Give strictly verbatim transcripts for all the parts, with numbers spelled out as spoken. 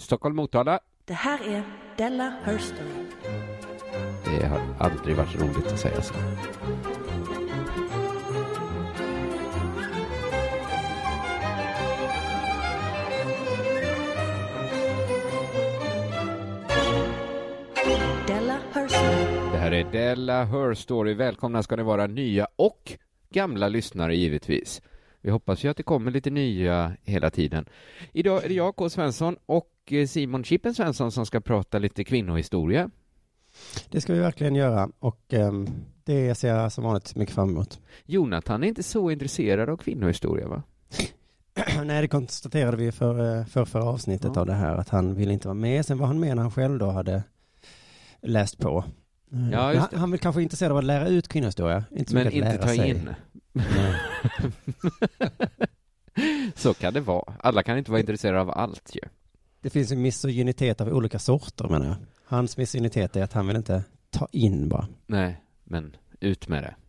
Stockholm Motala. Det här är Della Herstory. Det har aldrig varit roligt att säga så. Della Herstory. Det här är Della Herstory. Välkomna ska ni vara, nya och gamla lyssnare givetvis. Vi hoppas ju att det kommer lite nya hela tiden. Idag är det jag, K. Svensson, och Simon Chippen Svensson som ska prata lite kvinnohistoria. Det ska vi verkligen göra, och um, det ser jag som vanligt mycket fram emot. Jonathan är inte så intresserad av kvinnohistoria, va? Nej, det konstaterade vi för, för förra avsnittet ja. av det här, att han ville inte vara med. Sen var han med när han själv då hade läst på. Ja, just det. Han, han vill kanske vara intresserad av att lära ut kvinnohistoria. Inte så Men mycket inte att lära ta sig. in. Så kan det vara. Alla kan inte vara intresserade av allt ju. Det finns en misogynitet av olika sorter, menar jag. Hans misogynitet är att han vill inte ta in bara. Nej, men ut med det.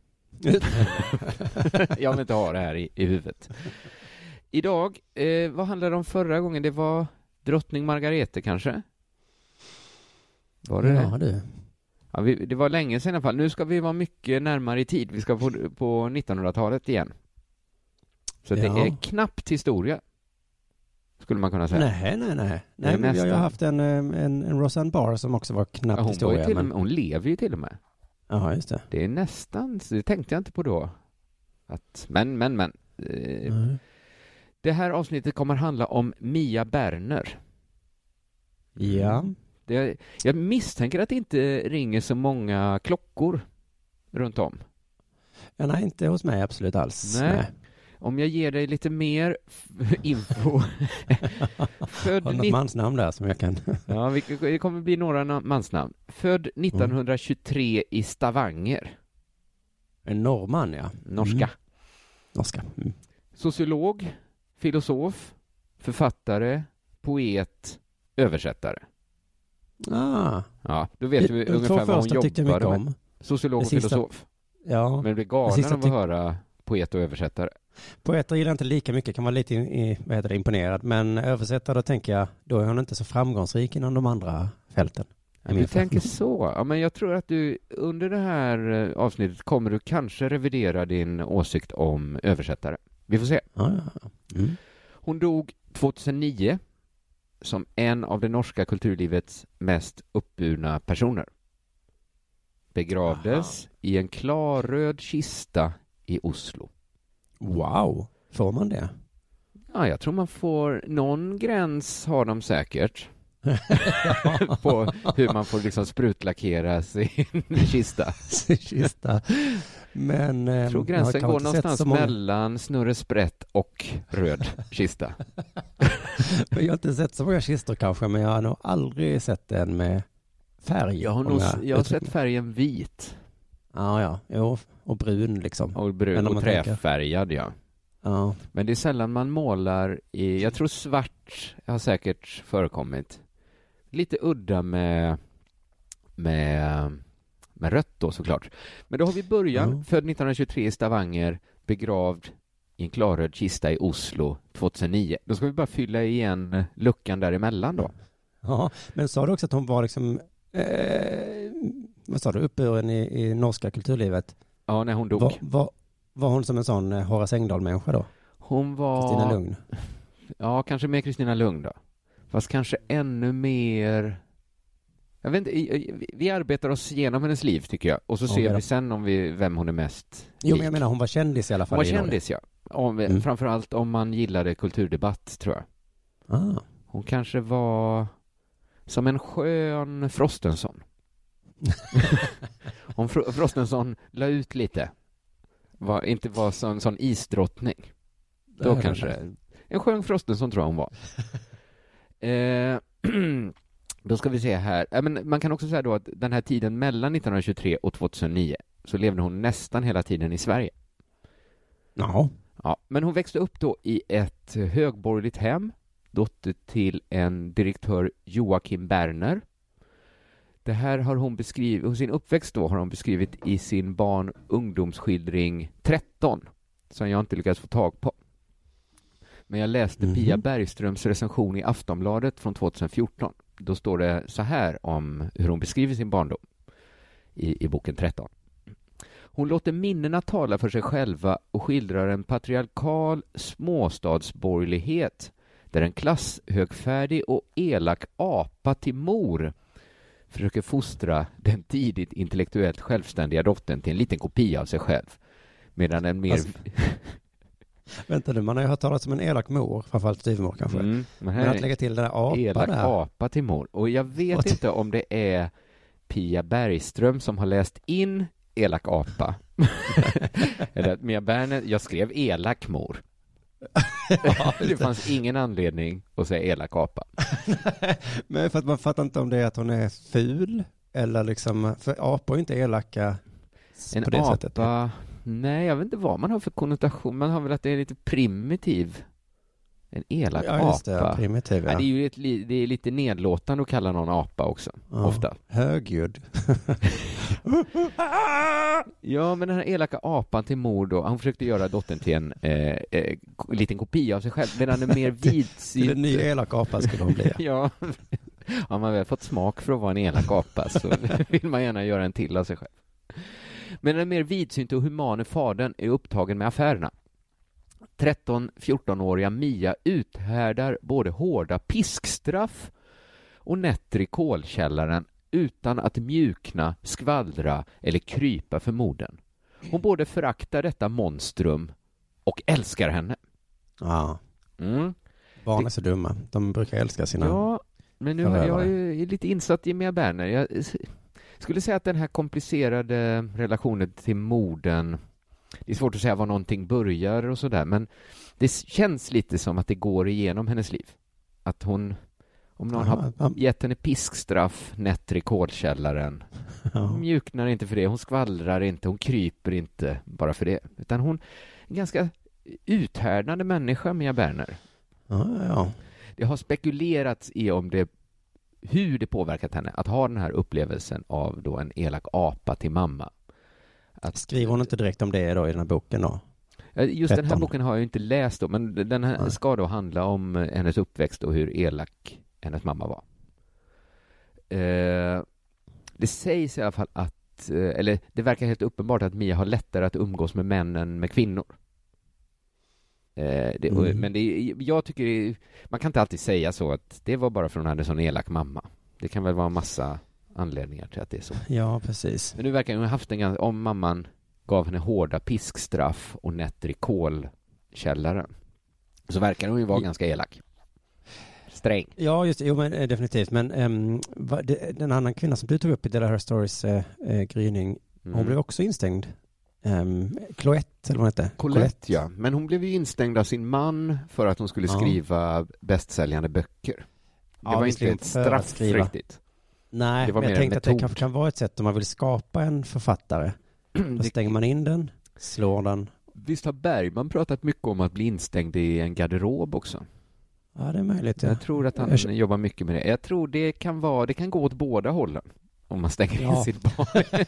Jag vill inte ha det här i, i huvudet. Idag, eh, vad handlade det om förra gången? Det var drottning Margarete kanske? Var det Ja, det? du. Ja, vi, det var länge sedan i alla fall. Nu ska vi vara mycket närmare i tid. Vi ska på, på nittonhundratalet igen. Så Ja. det är knappt historia, skulle man kunna säga. Nej, nej, nej. nej men nästan. jag har ju haft en, en, en Roseanne Barr som också var knappt Ja, hon, historia. var ju till men... och med, hon lever ju till och med. Ja, just det. Det är nästan, det tänkte jag inte på då. Att, men, men, men. Eh, Mm. Det här avsnittet kommer handla om Mia Berner. Ja. Det, jag misstänker att det inte ringer så många klockor runt om. Ja, nej, inte hos mig absolut alls. Nej. Nej. Om jag ger dig lite mer f- info. Född Har du något nitt- mansnamn där som jag kan... ja, vi, det kommer bli några na- mansnamn. Född nittonhundratjugotre mm. i Stavanger. En norrman, ja. Norska. Mm. Norska. Mm. Sociolog, filosof, författare, poet, översättare. Ah. Ja, då vet du De ungefär två vad hon första tyckte jag mycket jobbade med. om. Sociolog och Det sista- filosof. Ja. Men det blir Det galen sista av att tyck- höra poet och översättare. Poeter gillar inte lika mycket, kan vara lite i, vad heter det, imponerad. Men översättare, då tänker jag, då är hon inte så framgångsrik inom de andra fälten. Ja, du tänker så. Ja, men jag tror att du under det här eh, avsnittet kommer du kanske revidera din åsikt om översättare. Vi får se. Ja, ja. Mm. Hon dog tjugohundranio som en av det norska kulturlivets mest uppburna personer. Begravdes Aha. i en klarröd kista i Oslo. Wow, får man det? Ja, jag tror man får någon gräns har de säkert. På hur man får liksom sprutlackera sin kista. Kista. Men Jag tror gränsen jag har går inte sett någonstans så många... mellan snurresprätt och röd kista. Men jag har inte sett så många kistor kanske, men jag har nog aldrig sett en med färg. Jag har, om nog, jag jag har uttrycker sett mig. färgen vit Ja, ja. Jo, och brun liksom. och brun Men om och man tänker- träfärgad, ja. Ja. Men det är sällan man målar i, jag tror svart har säkert förekommit. Lite udda med med, med rött då såklart. Men då har vi början, Ja. född nittonhundratjugotre i Stavanger, begravd i en klarröd kista i Oslo tjugohundranio. Då ska vi bara fylla igen luckan däremellan då. Ja, men sa du också att hon var liksom, eh, vad sa du, uppburen i, i norska kulturlivet? Ja, när hon dog. Var, var, var hon som en sån eh, Horace Engdahl-människa då? Hon var... Kristina Lugn? Ja, kanske mer Kristina Lugn då. Fast kanske ännu mer... Jag vet inte, vi- vi arbetar oss igenom hennes liv tycker jag. Och så Ja, ser men- vi sen om vi, vem hon är mest Jo, lik. men jag menar hon var kändis i alla Hon fall. var i Norge. kändis, ja. Om, Mm. Framförallt om man gillade kulturdebatt, tror jag. Ah. Hon kanske var som en skön Frostenson. Om Fro- Frostenson la ut lite. Var, inte var som en sån isdrottning. Då Nej, kanske... nej. En skön Frostenson tror jag hon var. eh, då ska vi se här. Eh, men man kan också säga då att den här tiden mellan nittonhundratjugotre och tjugohundranio så levde hon nästan hela tiden i Sverige. Ja. Ja, men hon växte upp då i ett högborgerligt hem, dotter till en direktör Joakim Berner. Det här har hon beskrivit, och sin uppväxt då har hon beskrivit i sin barn- och ungdomsskildring tretton, som jag inte lyckats få tag på. men jag läste Mhm. Pia Bergströms recension i Aftonbladet från tjugohundrafjorton. Då står det så här om hur hon beskriver sin barndom i, i boken tretton. Hon låter minnena tala för sig själva och skildrar en patriarkal småstadsborgerlighet där en klasshögfärdig och elak apa till mor försöker fostra den tidigt intellektuellt självständiga dottern till en liten kopia av sig själv. Medan en mer... Alltså, vänta nu, man har ju hört talas om en elak mor, framförallt styvmor kanske. Mm, men Men här att lägga till den där apa elak där. apa till mor. Och jag vet What? inte om det är Pia Bergström som har läst in elak apa. Eller att Mia Berner, jag skrev elak mor. Ja, Det fanns ingen anledning att säga elak apa. Men för att man fattar inte om det är att hon är ful eller liksom, för apor är inte elaka En på det apa, sättet. nej jag vet inte vad man har för konnotation. Man har väl att det är lite primitiv. En elak Ja, just det, apa. primitiv, Ja, ja. det är ju ett, li- det är lite nedlåtande att kalla någon apa också, Ja. ofta. Högljudd. Ja, men den här elaka apan till mor då, han försökte göra dottern till en eh, eh, ko- liten kopia av sig själv, medan den mer Till vidsynt... en ny elak apa skulle hon bli. Ja, har man väl fått smak för att vara en elak apa så vill man gärna göra en till av sig själv. Men den mer vidsynt och humane fadern är upptagen med affärerna. tretton-fjorton-åriga Mia uthärdar både hårda piskstraff och nätter i kolkällaren utan att mjukna, skvallra eller krypa för modern. Hon både föraktar detta monstrum och älskar henne. Ja, Mm. barn är så dumma. De brukar älska sina... Ja, men nu förövare. jag är ju lite insatt i Mia Berner. Jag skulle säga att den här komplicerade relationen till modern, det är svårt att säga var någonting börjar och sådär, men det känns lite som att det går igenom hennes liv. Att hon, om någon Ja, har ja. gett henne piskstraff, nätter i kolkällaren, Ja. hon mjuknar inte för det, hon skvallrar inte, hon kryper inte bara för det, utan hon är en ganska uthärdande människa, Mia Berner. Ja, ja. Det har spekulerats i om det, hur det påverkat henne att ha den här upplevelsen av då en elak apa till mamma. Att, Skriver hon inte direkt om det då i den här boken då? just den här tretton. boken har jag ju inte läst då, men den här Nej. ska då handla om hennes uppväxt och hur elak hennes mamma var. Eh, det sägs i alla fall att, eh, eller det verkar helt uppenbart att Mia har lättare att umgås med män än med kvinnor. Eh, det, och, Mm. Men det, jag tycker det, man kan inte alltid säga så att det var bara för att hon hade en sån elak mamma. Det kan väl vara en massa anledningar till att det är så. Ja, precis. Men nu verkar hon ha haft en ganska, om mamman gav henne hårda piskstraff och nätter i kolkällaren, så verkar hon ju vara I- ganska elak. Sträng. Ja, just det. Jo, men eh, definitivt. Men um, va, det, den annan kvinna som du tog upp i Della Her Stories eh, eh, gryning, Mm. hon blev också instängd. Um, Cloette, eller vad hon hette? Colette, ja. Men hon blev ju instängd av sin man för att hon skulle Ja. skriva bästsäljande böcker. Det Ja, var visserligen inte ett för att straff skriva. riktigt. Nej, Det var men jag mer en tänkte att det metod. kanske kan vara ett sätt om man vill skapa en författare. Då Det, stänger man in den, slår den. visst har Bergman pratat mycket om att bli instängd i en garderob också. Ja, det är möjligt. Ja. Jag tror att han Jag kö- jobbar mycket med det. Jag tror det kan vara, det kan gå åt båda hållen om man stänger in Ja. sitt barn.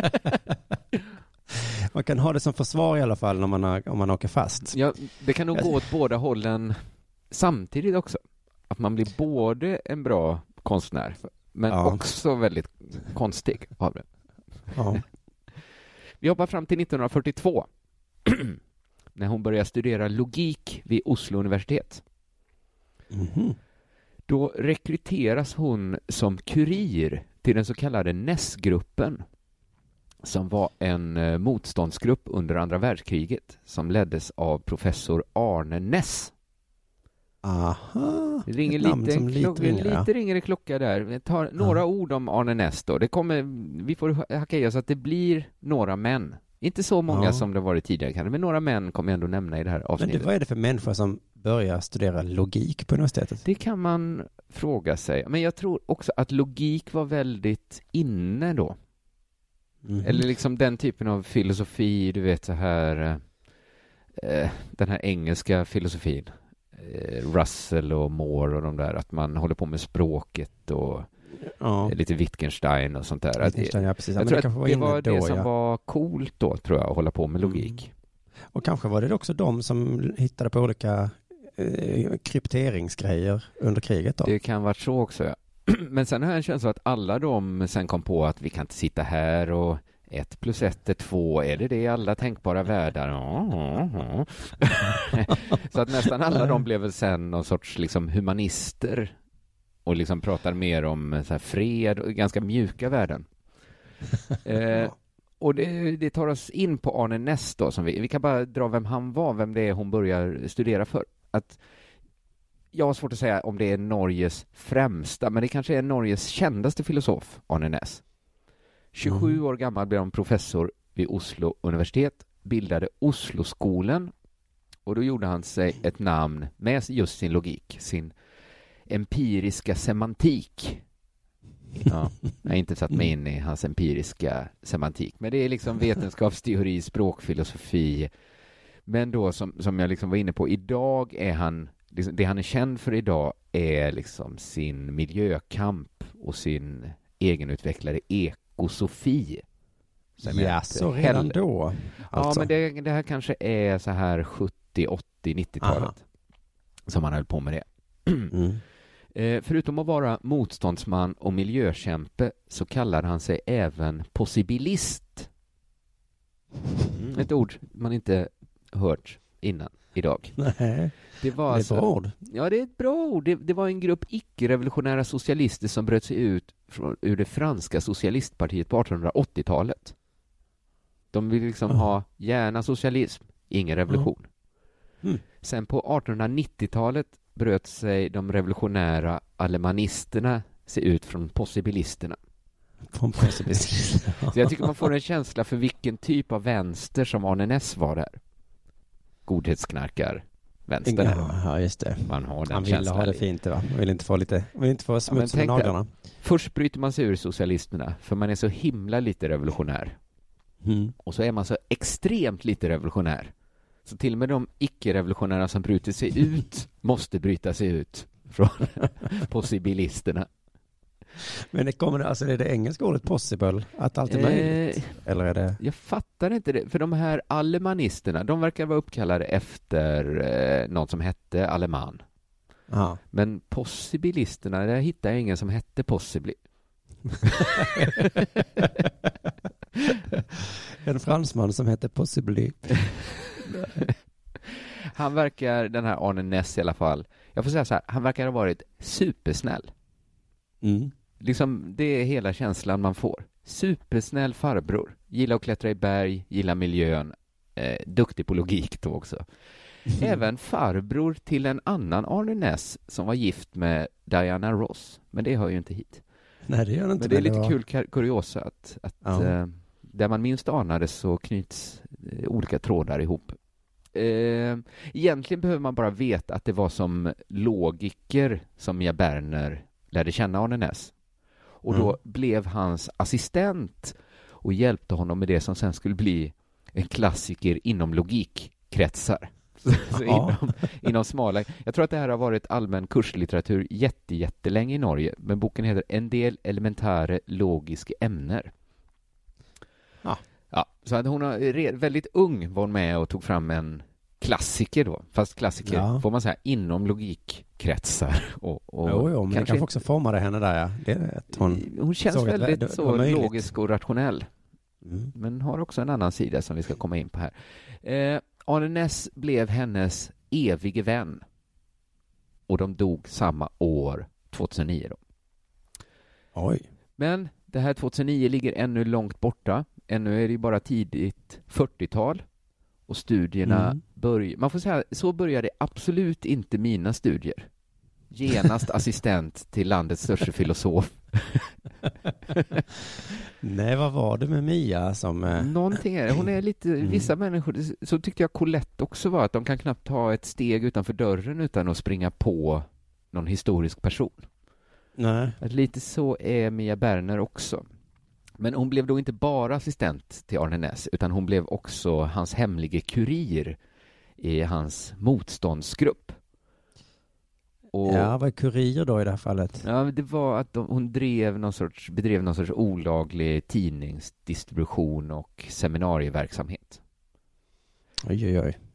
Man kan ha det som försvar i alla fall när man, har, om man åker fast. Ja, det kan nog gå åt båda hållen samtidigt också. Att man blir både en bra konstnär men Ja. också väldigt konstig av det. Ja. Vi hoppar fram till nittonhundrafyrtiotvå när hon börjar studera logik vid Oslo universitet. Mhm. Då rekryteras hon som kurir till den så kallade N E S-gruppen, som var en eh, motståndsgrupp under andra världskriget som leddes av professor Arne Näss. Aha. Det ringer Ett namn lite, som en lite klock, ringer, ja. lite ringer det klocka där. Vi tar några ord om Arne Näss då. Det kommer, vi får hacka i oss att det blir några män. Inte så många Ja. som det varit tidigare kanske, men några män kommer jag ändå nämna i det här Men avsnittet. det, vad är det för människor som börjar studera logik på universitetet? Det kan man fråga sig. Men jag tror också att logik var väldigt inne då. Mhm. Eller liksom den typen av filosofi, du vet så här, eh, den här engelska filosofin. Eh, Russell och Moore och de där, att man håller på med språket och Ja, eh, lite Wittgenstein och sånt där. Att det, Wittgenstein, ja, precis. Ja, jag men tror det kanske att var det inne var då, det som ja. var coolt då, tror jag, att hålla på med logik. Och kanske var det också de som hittade på olika eh, krypteringsgrejer under kriget då. Det kan vara så också, ja. Men sen har jag en känsla att alla de sen kom på att vi kan inte sitta här och ett plus ett är två. Är det det i alla tänkbara världar? Så att nästan alla de blev väl sen någon sorts liksom humanister och liksom pratar mer om så här fred och ganska mjuka värden. eh, och det, det tar oss in på Arne Näss då. Som vi, vi kan bara dra vem han var, vem det är hon börjar studera för. Att jag har svårt att säga om det är Norges främsta, men det kanske är Norges kändaste filosof, Arne Näss. tjugosju mm. år gammal blev han professor vid Oslo universitet, bildade Osloskolen och då gjorde han sig ett namn med just sin logik, sin empiriska semantik. Ja, jag har inte satt mig in i hans empiriska semantik, men det är liksom vetenskapsteori, språkfilosofi. Men då som, som jag liksom var inne på, idag är han, liksom, det han är känd för idag är liksom sin miljökamp och sin egenutvecklade ekosofi. Ja, så redan heller. Då? Alltså. Ja, men det, det här kanske är så här sjuttio, åttio, nittiotalet. Aha. Som han höll på med det. Mm. Eh, förutom att vara motståndsman och miljökämpe så kallar han sig även possibilist. Mm. Ett ord man inte hört innan idag. Nej, det var det är alltså, ett bra ord. Ja, det är ett bra ord. Det, det var en grupp icke-revolutionära socialister som bröt sig ut från, ur det franska socialistpartiet på artonhundraåttiotalet. De vill liksom mm. ha gärna socialism, ingen revolution. Mm. Sen på artonhundranittiotalet bröt sig de revolutionära alemanisterna se ut från possibilisterna. Från possibilisterna. Så jag tycker man får en känsla för vilken typ av vänster som Arne Näss var där. Godhetsknarkar vänster. Ja, just det. Man har den Han vill ha det fint, va? Man vill inte få lite, man vill inte få smuts på naglarna. Först bryter man sig ur socialisterna för man är så himla lite revolutionär. Mm. Och så är man så extremt lite revolutionär. Så till och med de icke-revolutionära som bryter sig ut måste bryta sig ut från possibilisterna. Men det kommer alltså det är det engelska ordet possible, att allt är eh, möjligt? Eller är det... Jag fattar inte det, för de här alemanisterna, de verkar vara uppkallade efter eh, något som hette aleman. Aha. Men possibilisterna, där hittar jag ingen som hette possibly. En fransman som hette possibly. Han verkar, den här Arne Näss i alla fall, jag får säga så här, han verkar ha varit supersnäll. Mm. Liksom, det är hela känslan man får. Supersnäll farbror. Gillar att klättra i berg, gillar miljön. Eh, duktig på logik då också. Mm. Även farbror till en annan Arne Näss som var gift med Diana Ross. Men det hör ju inte hit. Nej, det gör det inte. Men det är lite det var... kul kar- kuriosa att, att ja. eh, där man minst anade så knyts eh, olika trådar ihop. Eh, egentligen behöver man bara veta att det var som logiker som Mia Berner lärde känna Arne Näss. Och då mm. blev hans assistent och hjälpte honom med det som sen skulle bli en klassiker inom logikkretsar. Så inom, inom smala. Jag tror att det här har varit allmän kurslitteratur jätte, jättelänge i Norge. Men boken heter En del elementära logiska ämnen. Ja. Ja, så att hon har väldigt ung var hon med och tog fram en klassiker då. Fast klassiker ja. får man säga inom logikkretsar. Och, och jo, jo, men det kanske också formade henne där. Ja. Det är att hon hon känns väldigt det, det så logisk och rationell. Mm. Men har också en annan sida som vi ska komma in på här. Eh, Arne Näss blev hennes evige vän. Och de dog samma år, tjugohundranio då. Oj. Men det här tjugohundranio ligger ännu långt borta. Ännu är det bara tidigt fyrtiotal. Och studierna mm. börjar... Man får säga, så började absolut inte mina studier. Genast assistent till landets största filosof. Nej, vad var det med Mia som... Någonting är det. Hon är lite... Mm. Vissa människor... Så tyckte jag Colette också var. Att de kan knappt ta ett steg utanför dörren utan att springa på någon historisk person. Nej. Att lite så är Mia Berner också. Men hon blev då inte bara assistent till Arne Näss utan hon blev också hans hemlige kurir i hans motståndsgrupp. Och, ja, vad är kurir då i det här fallet? Ja, det var att de, hon drev någon sorts, bedrev någon sorts olaglig tidningsdistribution och seminarieverksamhet. Oj, oj, oj.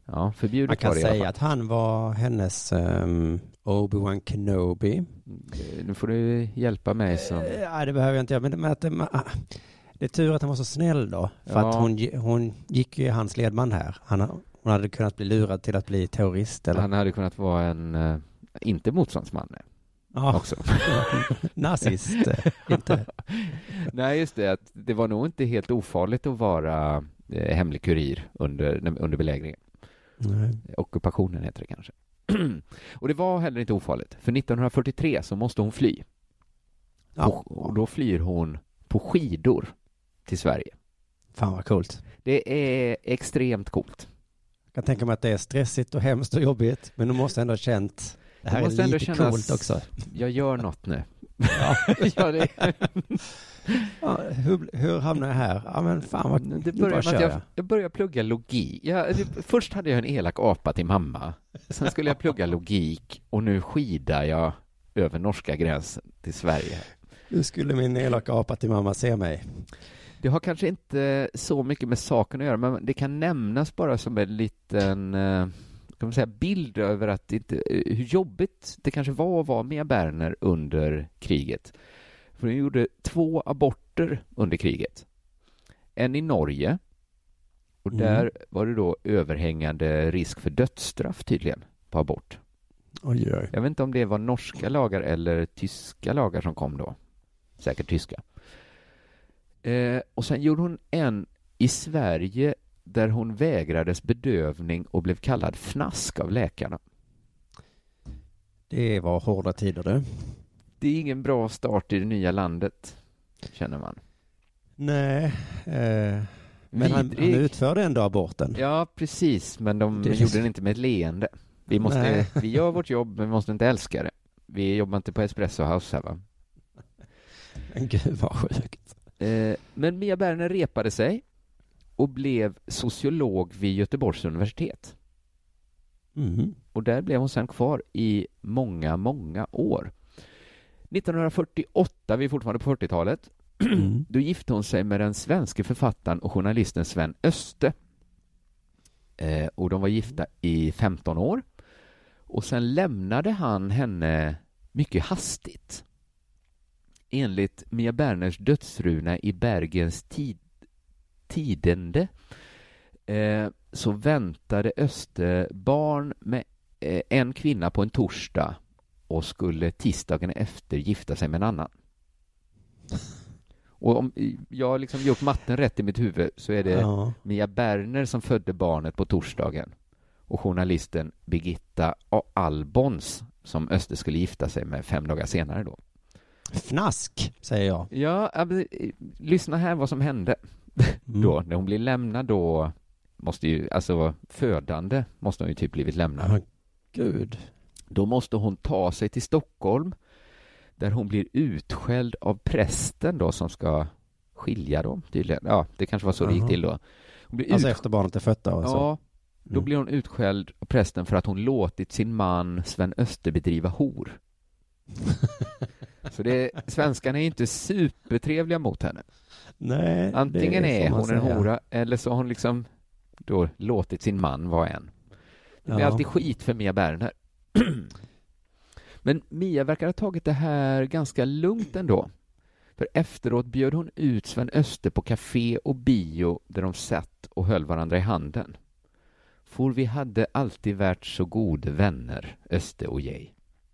Ja, förbjudet Man kan var det i alla säga fall. att han var hennes um, Obi-Wan Kenobi. Nu får du hjälpa mig som... Eh, Ja, det behöver jag inte göra. Men, men att, det, ma- det är tur att han var så snäll då. För Ja. att hon, gi- hon gick ju i hans ledband här. Han, ha- hon hade kunnat bli lurad till att bli terrorist. Eller? Han hade kunnat vara en, eh, inte motståndsman nej, Ja, också. nazist. eh, inte. Nej, just det. Att det var nog inte helt ofarligt att vara eh, hemlig kurir under, under belägringen. Nej. Ockupationen heter det kanske. Och det var heller inte ofarligt. För nittonhundrafyrtiotre så måste hon fly. Ja. Och, och då flyr hon på skidor till Sverige. Fan vad coolt. Det är extremt coolt. Jag kan tänka mig att det är stressigt och hemskt och jobbigt. Men du måste ändå ha känt det här Det är måste lite ändå kännas- coolt också. Jag gör något nu. Ja. ja, det, Ja, hur, hur hamnar jag här? Ja men fan vad... det nu bara började med kör att jag, jag. jag började plugga logik. Jag, det, först hade jag en elak apa till mamma. Sen skulle jag plugga logik och nu skidar jag över norska gränsen till Sverige. Nu skulle min elaka apa till mamma se mig. Det har kanske inte så mycket med saken att göra, men det kan nämnas bara som en liten eh, kan man säga, bild över att det inte, eh, hur jobbigt det kanske var att vara Mia Berner under kriget. För hon gjorde två aborter under kriget. En i Norge, och Mm. där var det då överhängande risk för dödsstraff tydligen på abort. Oj, oj. Jag vet inte om det var norska lagar eller tyska lagar som kom då. Säkert tyska. Eh, och sen gjorde hon en i Sverige där hon vägrades bedövning och blev kallad fnask av läkarna. Det var hårda tider du. Det är ingen bra start i det nya landet, känner man. Nej, eh, men han, han Vidrig. utförde ändå aborten. Ja, precis, men de Det är- gjorde den inte med ett leende. Vi, måste, Nej. vi gör vårt jobb, men vi måste inte älska det. Vi jobbar inte på Espresso House här, va? Men gud vad sjukt. Eh, men Mia Berner repade sig och blev sociolog vid Göteborgs universitet. Mm. Och där blev hon sedan kvar i många, många år. nittonhundrafyrtioåtta, vi är fortfarande på fyrtiotalet, Mm. då gifte hon sig med den svenska författaren och journalisten Sven Öste. Eh, och de var gifta i femton år. Och sen lämnade han henne mycket hastigt. Enligt Mia Berners dödsruna i Bergens tid, Tidende eh, så väntade Öste barn med eh, en kvinna på en torsdag och skulle tisdagen efter gifta sig med en annan. Och om jag har liksom gjort matten rätt i mitt huvud så är det Ja. Mia Berner som födde barnet på torsdagen och journalisten Birgitta Albons som Öster skulle gifta sig med fem dagar senare då. Fnask, säger jag. Ja, äh, lyssna här vad som hände Mm. då. När hon blir lämnad då måste ju, alltså födande måste hon ju typ blivit lämnad. Ja, gud. Då måste hon ta sig till Stockholm där hon blir utskälld av prästen då som ska skilja dem tydligen. Ja, det kanske var så det gick Aha. till då. Hon blir Alltså utsk- efter barnet är fött då, alltså. Ja, då Mm. blir hon utskälld av prästen för att hon låtit sin man Sven Öster bedriva hor. Så det, svenskarna är inte supertrevliga mot henne. Nej, Antingen det får är man hon en säga. hora eller så har hon liksom då låtit sin man vara en. Det blir Ja. alltid skit för Mia Berner. Men Mia verkar ha tagit det här ganska lugnt ändå. För efteråt bjöd hon ut Sven Öster på café och bio där de satt och höll varandra i handen. For vi hade alltid varit så gode vänner, Öster och jag.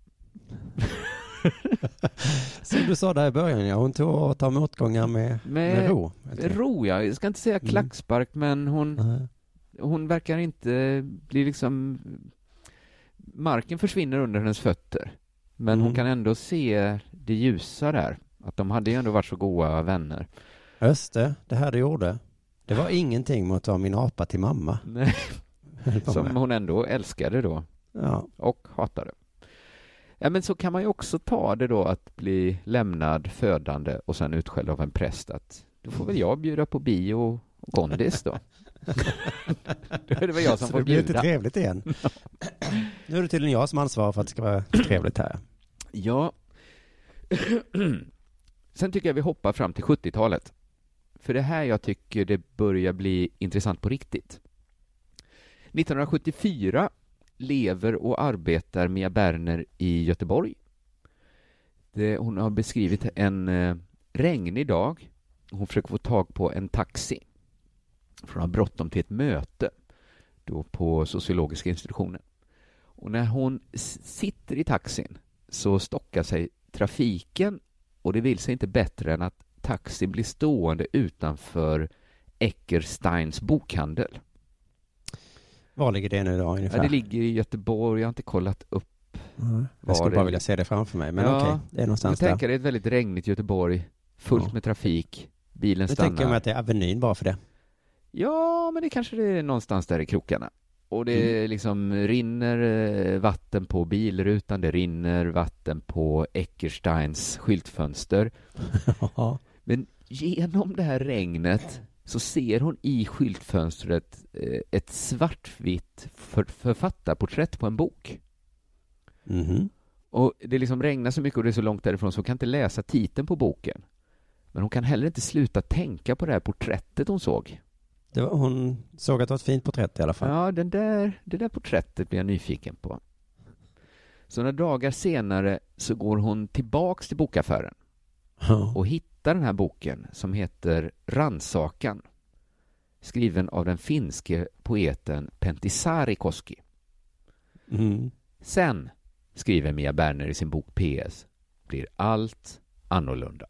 Som du sa där i början, ja, hon tog och tar motgångar med, med, Med ro. helt enkelt. ro, ja. Jag ska inte säga Mm. klackspark, men hon, Nej. hon verkar inte bli liksom... Marken försvinner under hennes fötter. Men hon Mm. kan ändå se det ljusa där. Att de hade ju ändå varit så goda vänner. Öste, det här du gjorde, det var ingenting mot att vara min apa till mamma. Nej, höll på som med. hon ändå älskade då. Ja. Och hatade. Ja, men så kan man ju också ta det då att bli lämnad födande och sen utskälld av en präst att då får väl jag bjuda på bio och gondis då. Då är det väl jag som Så får det blir inte bjuda. trevligt igen. Nu är det tydligen jag som ansvarar för att det ska vara trevligt här. Ja. Sen tycker jag vi hoppar fram till sjuttiotalet. För det här jag tycker det börjar bli intressant på riktigt. nittonhundrasjuttiofyra lever och arbetar Mia Berner i Göteborg. Det, hon har beskrivit en eh, regnig dag. Hon försöker få tag på en taxi. För hon har bråttom till ett möte då på sociologiska institutionen. Och när hon s- sitter i taxin så stockar sig trafiken och det vill sig inte bättre än att taxin blir stående utanför Eckersteins bokhandel. Var ligger det nu då ungefär? Ja, det ligger i Göteborg, jag har inte kollat upp. Mm. Jag skulle det bara li- vilja se det framför mig, men Ja, okej, det är någonstans Jag där. tänker det är ett väldigt regnigt Göteborg, fullt Ja. med trafik, bilen Nu stannar. tänker jag mig att det är Avenyn bara för det. Ja, men det kanske det är någonstans där i krokarna. Och det Mm. liksom rinner eh, vatten på bilrutan, det rinner vatten på Eckersteins skyltfönster. Ja. Men genom det här regnet så ser hon i skyltfönstret eh, ett svartvitt för- författarporträtt på en bok. Mhm. Och det liksom regnar så mycket och det är så långt därifrån så hon kan inte läsa titeln på boken. Men hon kan heller inte sluta tänka på det här porträttet hon såg. Det var, hon såg att det var ett fint porträtt i alla fall. Ja, den där, det där porträttet blir jag nyfiken på. Så några dagar senare så går hon tillbaks till bokaffären Ja. och hittar den här boken som heter Rannsakan, skriven av den finske poeten Pentti Sarikoski. Mm. Sen, skriver Mia Berner i sin bok P S, blir allt annorlunda.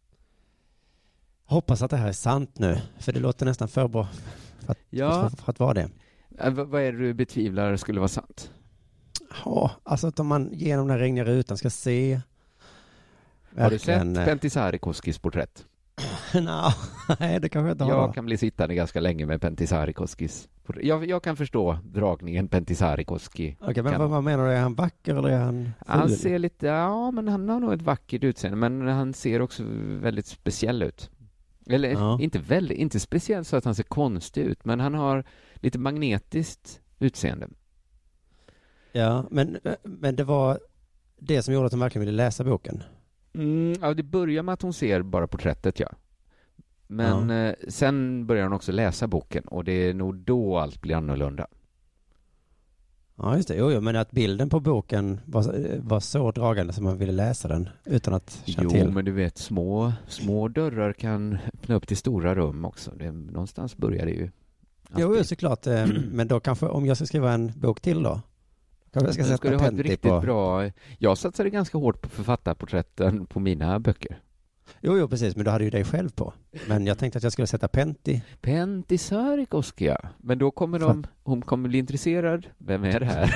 Hoppas att det här är sant nu, för det låter nästan för bra för att, Ja. för, för att vara det. Äh, vad vad är det du betvivlar skulle vara sant? Ja, alltså att om man genom den regniga rutan ska se Har du sett verkligen, eh, Pentti Sarikoskis porträtt? Nå, nej, det kanske jag inte har. Jag kan bli sittande ganska länge med Pentti Sarikoskis. Jag, jag kan förstå dragningen Pentti Sarikoski. Okej, men kan- vad, vad menar du? Är han vacker eller är han full? Han ser lite, ja men han har nog ett vackert utseende, men han ser också väldigt speciell ut. Eller Ja. inte väldigt, inte speciellt så att han ser konstig ut, men han har lite magnetiskt utseende. Ja, men, men det var det som gjorde att hon verkligen ville läsa boken. Mm, ja, det börjar med att hon ser bara porträttet, ja. Men Ja. eh, sen börjar hon också läsa boken och det är nog då allt blir annorlunda. Ja, just det. Jo, jo, men att bilden på boken var, var så dragande som man ville läsa den utan att känna Jo, till. men du vet, små, små dörrar kan öppna upp till stora rum också. Det, någonstans börjar det ju. Jo, alltid. jo, såklart. eh, Men då kanske, om jag ska skriva en bok till då? Kanske jag ska Men sätta ska du ha ett Pentti riktigt på... bra... Jag satsade ganska hårt på författarporträtten på mina böcker. Jo, jo, precis. Men du hade ju dig själv på. Men jag tänkte att jag skulle sätta Pentti. Pentti Sarikoski, ja. Men då kommer de... Hon kommer bli intresserad. Vem är det här?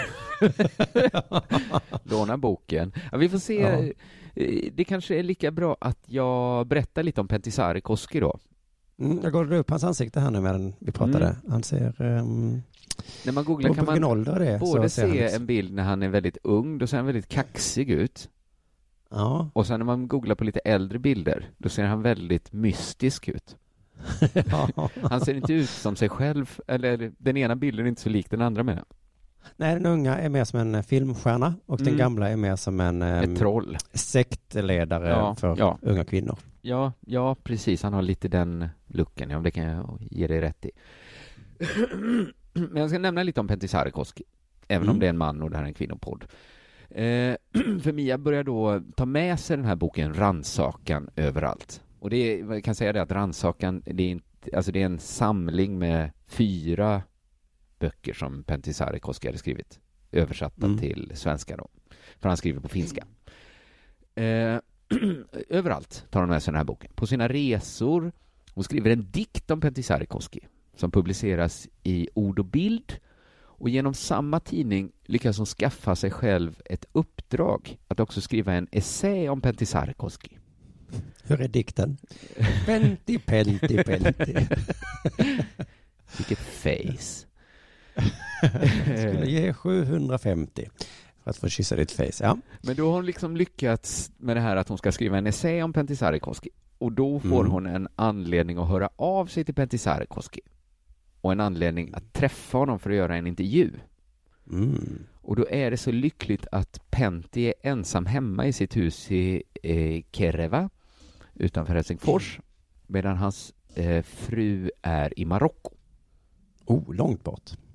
Låna boken. Ja, vi får se. Ja. Eh, Det kanske är lika bra att jag berättar lite om Pentti Sarikoski då. Mm, jag går upp hans ansikte här nu medan vi pratade. Mm. Han ser... Um, När man googlar på kan vilken man ålder det är. både så ser han se ut. en bild när han är väldigt ung, då ser han väldigt kaxig ut. Ja. Och sen när man googlar på lite äldre bilder, då ser han väldigt mystisk ut. Ja. Han ser inte ut som sig själv, eller den ena bilden är inte så lik den andra med. Nej, den unga är mer som en filmstjärna och den Mm. gamla är mer som en um, Ett troll. sektledare Ja, för ja. unga kvinnor. Ja, ja, precis. Han har lite den looken. Ja, det kan jag ge dig rätt i. Men jag ska nämna lite om Pentti Sarikoski. Även Mm. om det är en man och det här är en kvinnopodd. Eh, för Mia börjar då ta med sig den här boken Rannsakan överallt. Och det är, jag kan säga det att Rannsakan, det är, inte, alltså det är en samling med fyra böcker som Pentti Sarikoski hade skrivit. Översatta Mm. till svenska då. För han skriver på finska. Eh, överallt tar hon med sig den här boken. På sina resor. Hon skriver en dikt om Pentti Sarikoski som publiceras i Ord och Bild. Och genom samma tidning lyckas hon skaffa sig själv ett uppdrag att också skriva en essä om Pentti Sarikoski. Hur är dikten? Pentti, Pentti, Pentti. Vilket face. Skulle ge sjuhundrafemtio för att få kyssa ditt face. Ja. Men då har hon liksom lyckats med det här att hon ska skriva en essä om Pentti Sarikoski. Och då får Mm. hon en anledning att höra av sig till Pentti Sarikoski. Och en anledning att träffa honom för att göra en intervju. Mm. Och då är det så lyckligt att Pentti är ensam hemma i sitt hus i eh, Kereva utanför Helsingfors. Medan hans eh, fru är i Marocko. Oh, långt bort.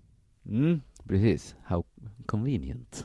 Mm, precis. How convenient.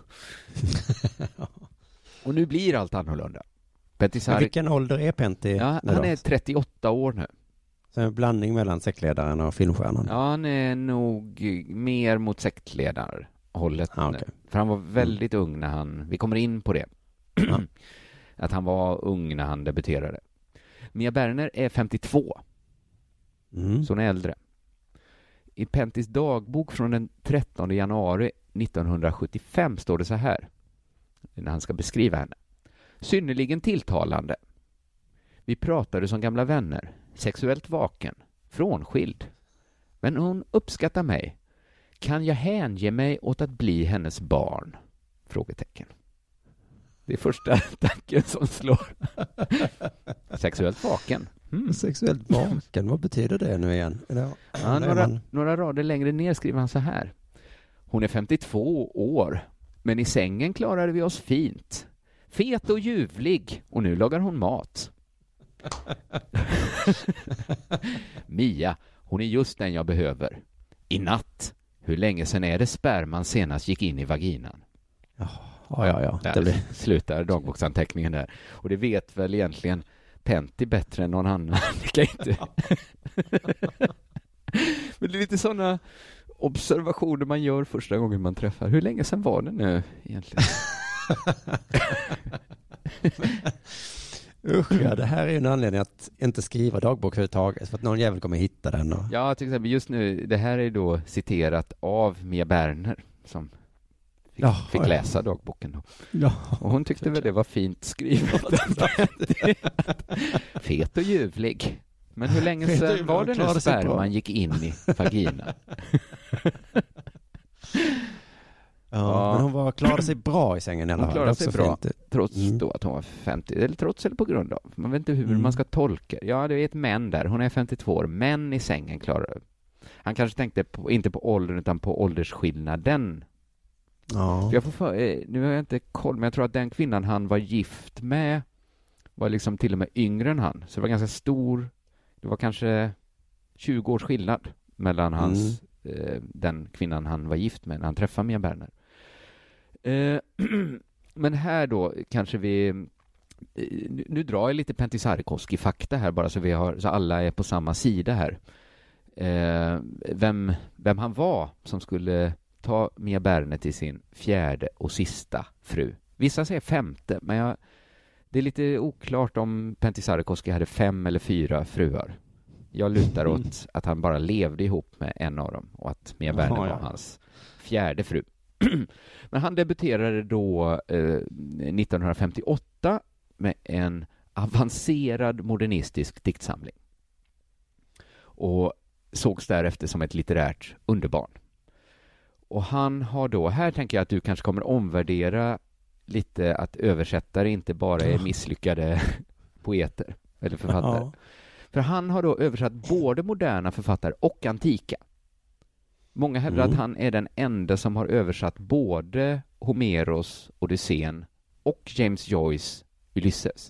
Och nu blir allt annorlunda. Pentti Sarrikoski... Vilken ålder är Pentti? Ja, han är trettioåtta år nu. Så en blandning mellan sektledaren och filmstjärnan? Ja, han är nog mer mot sektledarhållet. Ah, okay. För han var väldigt mm. ung när han... Vi kommer in på det. Ja. Att han var ung när han debuterade. Mia Berner är femtiotvå. Mm. Så hon är äldre. I Penttis dagbok från den trettonde januari nittonhundrasjuttiofem står det så här. När han ska beskriva henne. Synnerligen tilltalande. Vi pratade som gamla vänner. Sexuellt vaken. Frånskild. Men hon uppskattar mig. Kan jag hänge mig åt att bli hennes barn? Frågetecken. Det är första tanken som slår. Sexuellt vaken. Mm. Sexuellt vaken, vad betyder det nu igen? Ja, ja, några, några rader längre ner skriver han så här. Hon är femtiotvå år, men i sängen klarade vi oss fint. Fet och ljuvlig, och nu lagar hon mat. Mia, hon är just den jag behöver. I natt, hur länge sedan är det sperman senast gick in i vaginan? Ja, ja, ja. Där Det blir... slutar dagboksanteckningen där. Och det vet väl egentligen Pentti bättre än någon annan. Det kan inte. Men det är lite sådana observationer man gör första gången man träffar. Hur länge sedan var det nu egentligen? Usch, ja, det här är ju en anledning att inte skriva dagbok överhuvudtaget, för att någon jävel kommer hitta den. Och... Ja, till exempel just nu, det här är då citerat av Mia Berner som fick, ja, fick ja. läsa dagboken då. Ja. Och hon tyckte väl det var fint skrivet. Fet och ljuvlig. Men hur länge sedan var det nu sperman gick in i vagina? Ja, ja, men hon var, klarade sig bra i sängen i alla fall. Hon klarade sig bra, fint. trots mm. då att hon var femtio. Eller trots eller på grund av. Man vet inte hur mm. man ska tolka. Ja, det är ett män där. Hon är femtiotvå år. Män i sängen klarar. Han kanske tänkte på, inte på åldern utan på åldersskillnaden. Ja. Jag får för, nu har jag inte koll, men jag tror att den kvinnan han var gift med var liksom till och med yngre än han. Så det var ganska stor. Det var kanske tjugo års skillnad mellan hans, mm. eh, den kvinnan han var gift med när han träffade Mia Berner. Eh, men här då kanske vi eh, nu, nu drar jag lite Pentti Sarrikoski-fakta här bara så vi har så alla är på samma sida här. Eh, vem, vem han var som skulle ta Mia Berner till sin fjärde och sista fru. Vissa säger femte, men jag, det är lite oklart om Pentti Sarrikoski hade fem eller fyra fruar. Jag lutar åt att han bara levde ihop med en av dem och att Mia Berner var hans fjärde fru. Men han debuterade då eh, nittonhundrafemtioåtta med en avancerad modernistisk diktsamling. Och sågs därefter som ett litterärt underbarn. Och han har då, här tänker jag att du kanske kommer omvärdera lite att översättare inte bara är misslyckade poeter eller författare. Ja. För han har då översatt både moderna författare och antika. Många hävdar mm. att han är den enda som har översatt både Homeros Odysseen och James Joyce Ulysses.